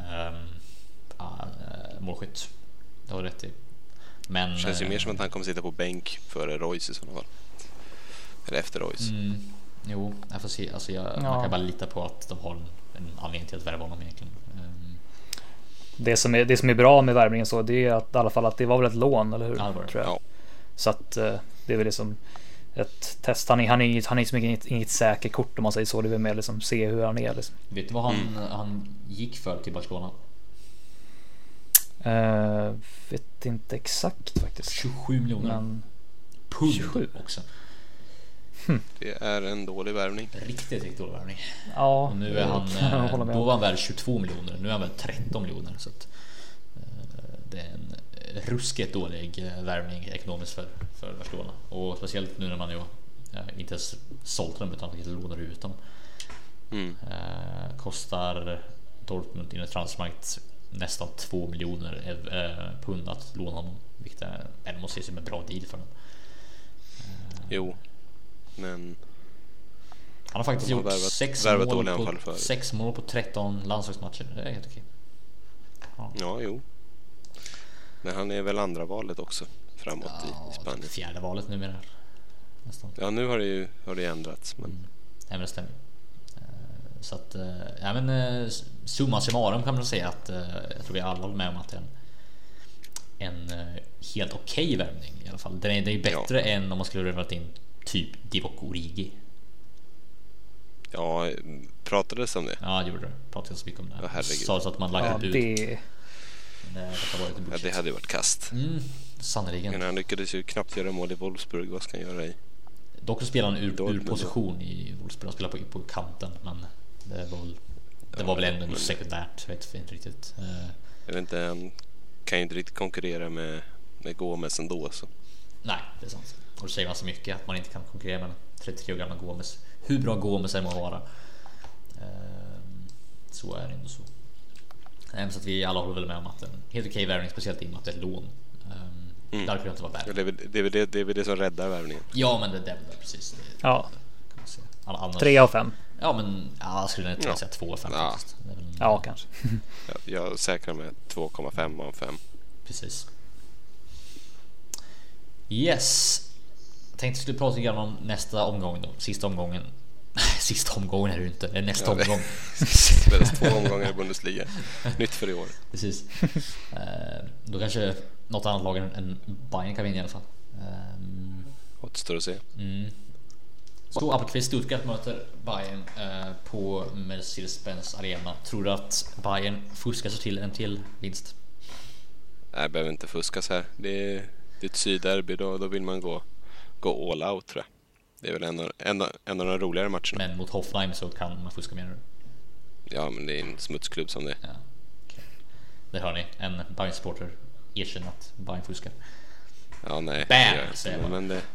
målskytt. Det har rätt i. Men känns ju mer som att han kommer sitta på bänk före Royce i sådana fall. Eller efter Royce. Jo, jag får se. Alltså man kan bara lita på att de har en anledning till att värva honom egentligen. Det som är bra med värvningen så, det är att i alla fall att det var väl ett lån, eller hur? Ja, tror jag. Ja. Så att det är väl liksom ett test. Han är så mycket inget säkert kort, om man säger så. Det är väl mer liksom se hur han är liksom. Vet du vad han gick för till Barcelona? Vet inte exakt faktiskt. 27 miljoner pund 27 också. Det är en dålig värvning. Riktigt dålig värvning. Ja. Och nu är då var han värd 22 miljoner. Nu är han väl 13 miljoner, så att, det är en ruskigt dålig värvning ekonomiskt för Barcelona. Och speciellt nu när man ju inte ens sålt dem utan faktiskt lånar ut dem. Kostar Dortmund in i transfermarkt nästan 2 miljoner pund att låna honom, vilket är måste ses som en bra deal för dem. Jo, men han har faktiskt gjort 6 mål på 13 landslagsmatcher. Det är helt okej. Ja, jo. Men han är väl andra valet också framåt i Spanien. Fjärde valet numera. Nästan. Ja, nu har det ändrats. Men... Ja, men det stämmer. Så att, ja, men summa summarum kan man säga att jag tror vi alla håller med om att det är en helt okej värvning i alla fall. Det är bättre än om man skulle rövat in typ Divock Origi. Ja, pratades om det? Ja, det gjorde det. Pratades så mycket om det. Ja, sa så att man lagt ut. Det hade ju varit kast. Sannoliken. Men han lyckades ju knappt göra mål i Wolfsburg. Vad ska han göra i? Dock spelar han ur position i Wolfsburg. Han spelar på kanten, men det var väl ändå sekundärt. Vet inte riktigt. Jag vet inte, han kan ju inte riktigt konkurrera med Gomes ändå så. Nej, det är sant. Och det säger man så mycket att man inte kan konkurrera med 33 år gamla Gomes. Hur bra Gomes är man vara. Så är det ändå så. Så att vi alla håller väl med om att en helt okej värvning, speciellt i och med att det är ett lån. Där kunde det inte vara värre. Det är väl det som räddar värvningen. Ja, men det är precis. Ja. 3 av 5. Ja, men jag skulle inte säga 2 av 5 faktiskt. Ja, kanske. Jag säkrar med 2,5 av 5. Precis. Yes. Jag tänkte att vi skulle prata lite grann om nästa omgång då. Sista omgången är det ju inte. Det är nästa omgång. Det är 2 omgångar i Bundesliga. Nytt för i år. Precis. Då kanske något annat lag än Bayern kan vinna i alla fall. Återstår att se. Så Appelqvist Stuttgart möter Bayern på Mercedes-Benz Arena. Tror du att Bayern fuskar sig till en till vinst? Nej, jag behöver inte fuskas här. Det är ett sydderby, då vill man gå all out, tror jag. Det är väl en av de roligare matcherna. Men mot Hoffenheim så kan man fuska mer. Ja, men det är en smutsklubb som det. Ja, okay. Det hör ni. En Bayern-supporter erkänner att Bayern fuskar. Ja, nej. Bam, men det...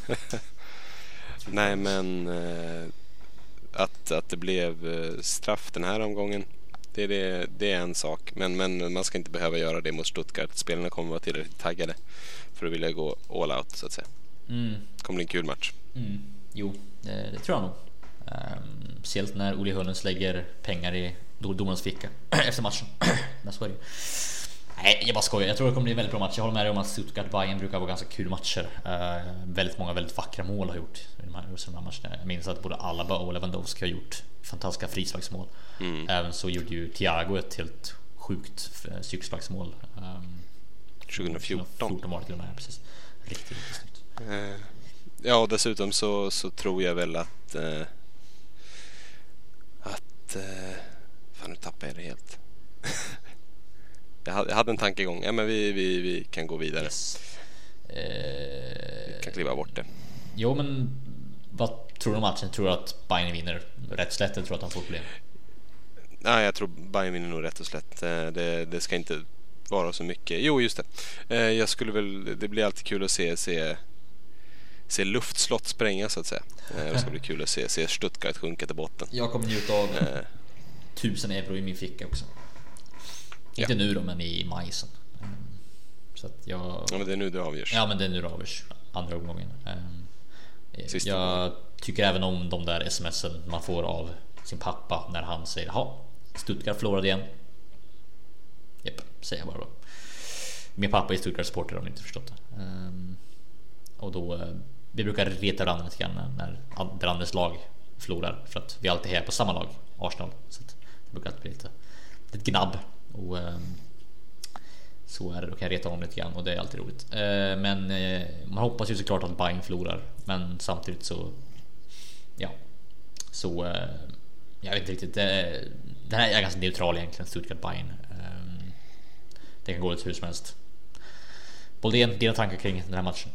Nej, men att det blev straff den här omgången, det är en sak. Men man ska inte behöva göra det mot Stuttgart. Spelarna kommer vara tillräckligt taggade för att vilja gå all out, så att säga. Det kommer bli en kul match. Jo, det tror jag nog. Speciellt när Uli Hönes lägger pengar i domarens ficka efter matchen. Nej, jag bara skojar. Jag tror det kommer bli en väldigt bra match. Jag håller med dig om att Stuttgart-Bayern brukar vara ganska kul matcher. Väldigt många väldigt vackra mål har gjort i de här matcherna. Jag minns att både Alaba och Lewandowski har gjort fantastiska frisparksmål. Även så gjorde ju Thiago ett helt sjukt psyksparksmål 2014 var det till och med, precis. Riktigt snyggt. Ja, och dessutom så tror jag väl att fan, nu tappar jag det helt. Jag hade en tankegång. Ja, men vi kan gå vidare. Yes. Vi kan kliva bort det. Jo, men vad tror du om matchen? Tror du att Bayern vinner rätt slätt eller tror du att han får problem? Nej, jag tror Bayern vinner nog rätt och slätt. Det ska inte vara så mycket. Jo, just det. Jag skulle väl... Det blir alltid kul att se luftslott spränga, så att säga. Det ska bli kul att se Stuttgart sjunka till botten. Jag kommer njuta av 1000 euro i min ficka också. Inte nu då, men i maj sen. Så att ja, men det är nu det avgörs. Ja, men det är nu det avgörs. Andra omgången. Jag tycker även om de där sms'en man får av sin pappa när han säger ja, Stuttgart förlorade igen. Japp, säger jag bara då. Min pappa är Stuttgart-supporter, om ni inte förstått det. Och då vi brukar reta varandra lite grann när andras lag förlorar, för att vi alltid är på samma lag, Arsenal. Så att det brukar alltid bli lite gnabb. Och så är det, då kan jag reta om lite grann och det är alltid roligt. Men man hoppas ju såklart att Bayern förlorar, men samtidigt så jag vet inte riktigt. Den här är ganska neutral egentligen, Stuttgart-Bayern. Det kan gå lite hur som helst. Boldén, dina tankar kring den här matchen?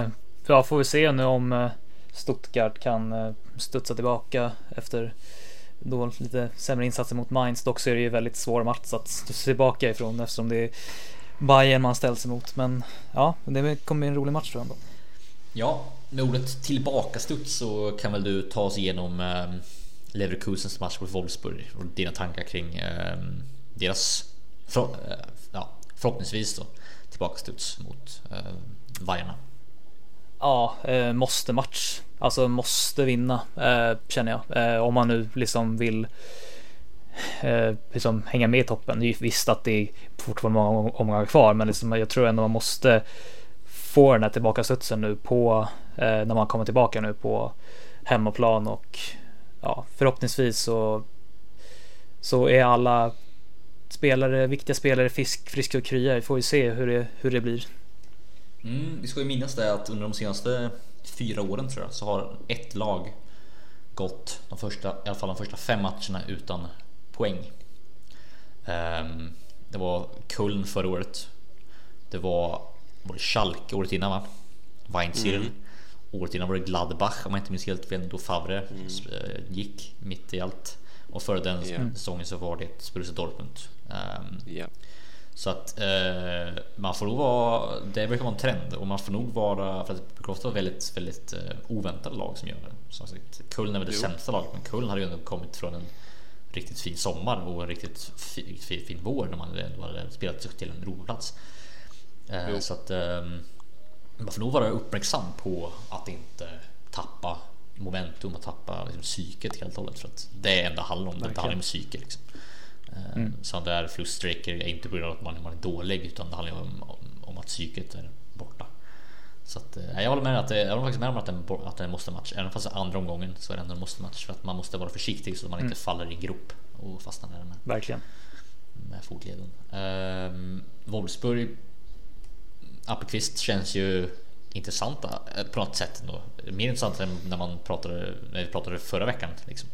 Får vi se nu om Stuttgart kan studsa tillbaka efter då lite sämre insatser mot Mainz. Dock så är det ju väldigt svår match att stå tillbaka ifrån eftersom det är Bayern man ställs emot. Men ja, det kommer bli en rolig match tror jag ändå. Ja, med ordet tillbakastuds så kan väl du ta oss igenom Leverkusens match mot Wolfsburg och dina tankar kring deras förhoppningsvis då tillbakastuds mot Bayern. Ja, måste match. Alltså måste vinna, känner jag. Om man nu liksom vill liksom hänga med i toppen. Det är ju visst att det är fortfarande många omgångar kvar, men liksom, jag tror ändå man måste få den här tillbakastudsen nu på när man kommer tillbaka nu på hemmaplan. Och ja, förhoppningsvis så är alla spelare, viktiga spelare friska och krya. Vi får ju se hur det blir. Vi ska ju minnas det att under de senaste 4 åren tror jag så har ett lag gått i alla fall de första 5 matcherna utan poäng. Det var Köln förra året. Det var Schalke året innan, va? Weinzierl. Året innan var det Gladbach, om jag inte minns helt fel, då Favre gick mitt i allt. Och före den säsongen så var det Borussia Dortmund. Så att man får nog vara, det brukar vara en trend, och man får nog vara, för att det brukar ofta vara väldigt, väldigt oväntade lag som gör det. Som sagt, Köln är väl det sämsta laget, men Köln hade ju ändå kommit från en riktigt fin sommar och en riktigt fin vår när man hade spelat sig till en roplats. Så att man får nog vara uppmärksam på att inte tappa momentum och tappa liksom psyket helt och hållet, för att det är enda handlar om, det handlar om psyket liksom. Så där förluststreker är inte på grund av att man är dålig, utan det handlar om att psyket är borta. Så att, jag håller med att jag håller faktiskt med om att det måste match. Även fast andra omgången så är det ändå en måste match, för att man måste vara försiktig så att man inte faller i en grop och fastnar där verkligen med fotleden. Wolfsburg, Appelqvist känns ju intressanta på något sätt ändå. Mer intressant än när vi pratade förra veckan liksom.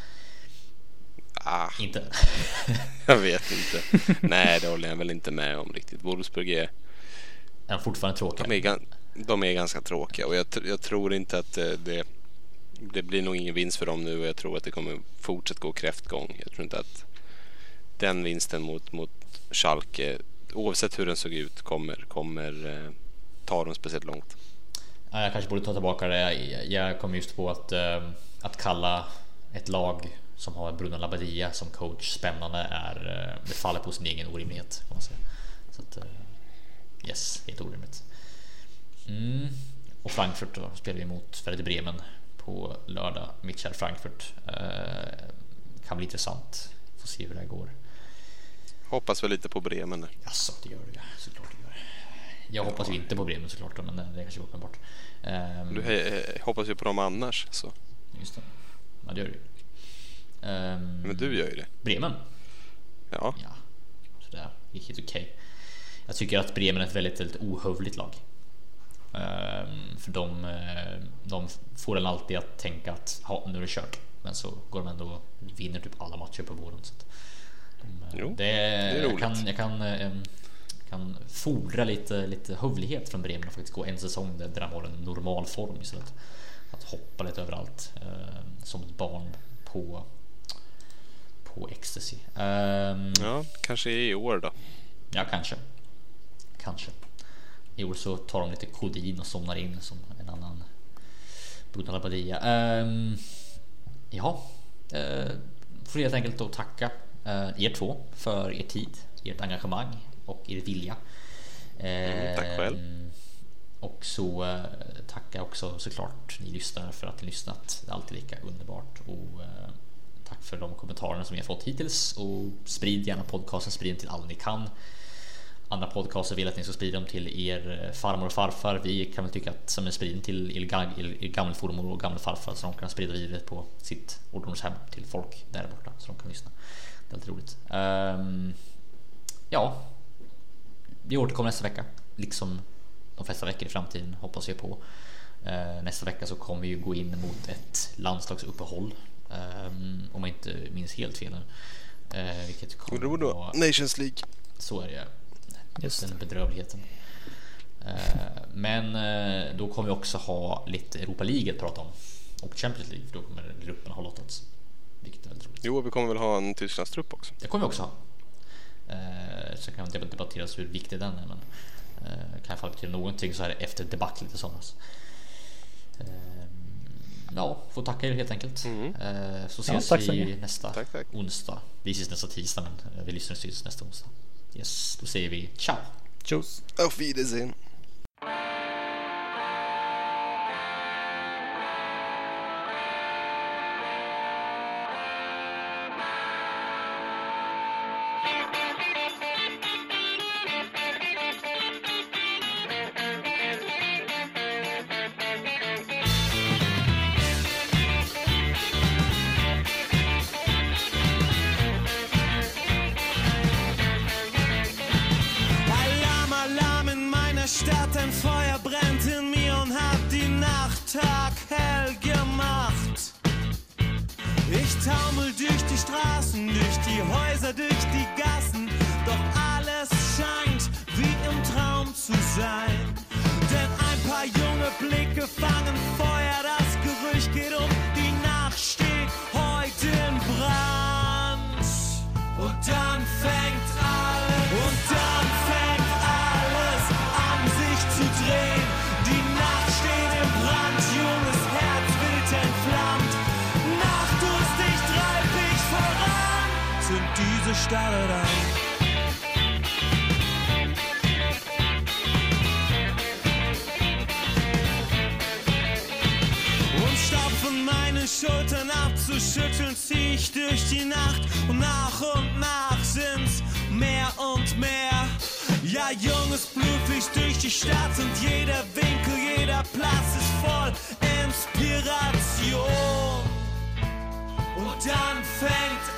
Inte. Jag vet inte. Nej, det håller jag väl inte med om riktigt. Wolfsburg är fortfarande tråkiga. De är ganska tråkiga, och jag tror inte att det blir nog ingen vinst för dem nu, och jag tror att det kommer fortsätta gå kräftgång. Jag tror inte att den vinsten mot Schalke, oavsett hur den såg ut, kommer ta dem speciellt långt. Jag kanske borde ta tillbaka det. Jag kom just på att kalla ett lag som har Bruno Labbadia som coach spännande det faller på sin egen orimlighet, kan man säga. Så att yes, helt orimligt. Och Frankfurt då spelar vi mot Werder Bremen på lördag. Mitchell Frankfurt kan bli intressant. Får se hur det här går. Hoppas väl lite på Bremen. Alltså, det gör det, såklart det gör. Jag hoppas ju inte på Bremen såklart, men det kanske går uppenbart. Du hoppas ju på dem annars så. Just det. Ja, det gör du. Men du gör ju det. Bremen? Ja. Så där, det är helt okej. Jag tycker att Bremen är ett väldigt, väldigt ohövligt lag. För de får den alltid att tänka att nu är det kört. Men så går de ändå och vinner typ alla matcher på våren. Så att det är roligt. Jag kan fordra lite hövlighet från Bremen och faktiskt gå en säsong där de har en normal form istället. Att hoppa lite överallt som ett barn på ecstasy. Ja, kanske i år då. Ja, kanske. I år så tar de lite kodin och somnar in som en annan Bruno Labbadia. Får helt enkelt då tacka er två för er tid, ert engagemang och er vilja. Tack själv. Och så tackar också såklart ni lyssnare för att ni lyssnat. Det är alltid lika underbart. Och tack för de kommentarerna som ni har fått hittills. Och sprid gärna podcasten, sprid den till alla ni kan. Andra podcaster vill att ni ska sprida dem till er farmor och farfar. Vi kan väl tycka att som en spridning till er gammelformor och gammelfarfar, så de kan sprida vidare på sitt ålderdomshem till folk där borta så de kan lyssna. Det är alltid roligt. Vi återkommer nästa vecka, liksom de flesta veckor i framtiden, hoppas jag på. Nästa vecka så kommer vi ju gå in mot ett landslagsuppehåll, om jag inte minns helt fel. Vilket kommer då Nations League. Så är det. Just den bedrövligheten. Men då kommer vi också ha lite Europa League att prata om, och Champions League, för då kommer grupperna ha lottats. Vilket är väldigt roligt. Jo, vi kommer väl ha en Tysklandstrupp också. Det kommer vi också ha. Så kan man debatteras hur viktig den är, men kan i alla fall betyda någonting så här efter debaclet i somras. Ja, får tacka er helt enkelt. Så ses vi nästa onsdag. Vi ses nästa tisdag, men vi lyssnar syns nästa onsdag. Yes, då säger vi ciao. Tjus. Auf Wiedersehen. Stadt, ein Feuer brennt in mir und hat die Nacht taghell gemacht. Ich taumel durch die Straßen, durch die Häuser, durch die Gassen, doch alles scheint wie im Traum zu sein. Denn ein paar junge Blicke fangen Feuer, das Gerücht geht um, die Nacht steht heute in Brand. Und dann fängt alles an sich zu drehen. Die Nacht steht im Brand, junges Herz wild entflammt. Nachtdurstig treib ich voran, zünd diese Starre an. Und statt von meinen Schultern abzuschütteln, zieh ich durch die Nacht und nach sind's mehr und mehr. Ja, junges Blut fließt durch die Stadt und jeder Winkel, jeder Platz ist voll Inspiration. Und dann fängt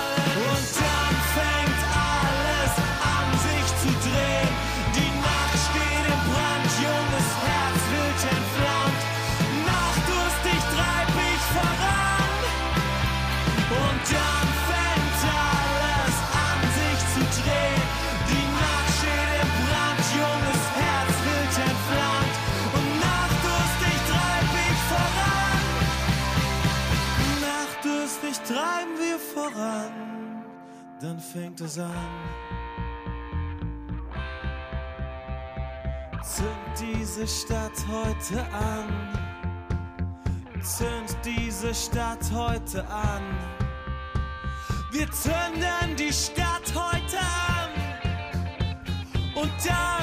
alles an sich zu drehen. Die Nacht steht im Brand, junges Herz wild entflammt. Nachtdurstig treib ich voran. Und dann fängt alles an sich zu drehen. Die Nacht steht im Brand, junges Herz wild entflammt. Und nachtdurstig treib ich voran. Nachtdurstig treiben wir voran. Dann fängt es an. Zünd diese Stadt heute an. Zünd diese Stadt heute an. Wir zünden die Stadt heute an. Und dann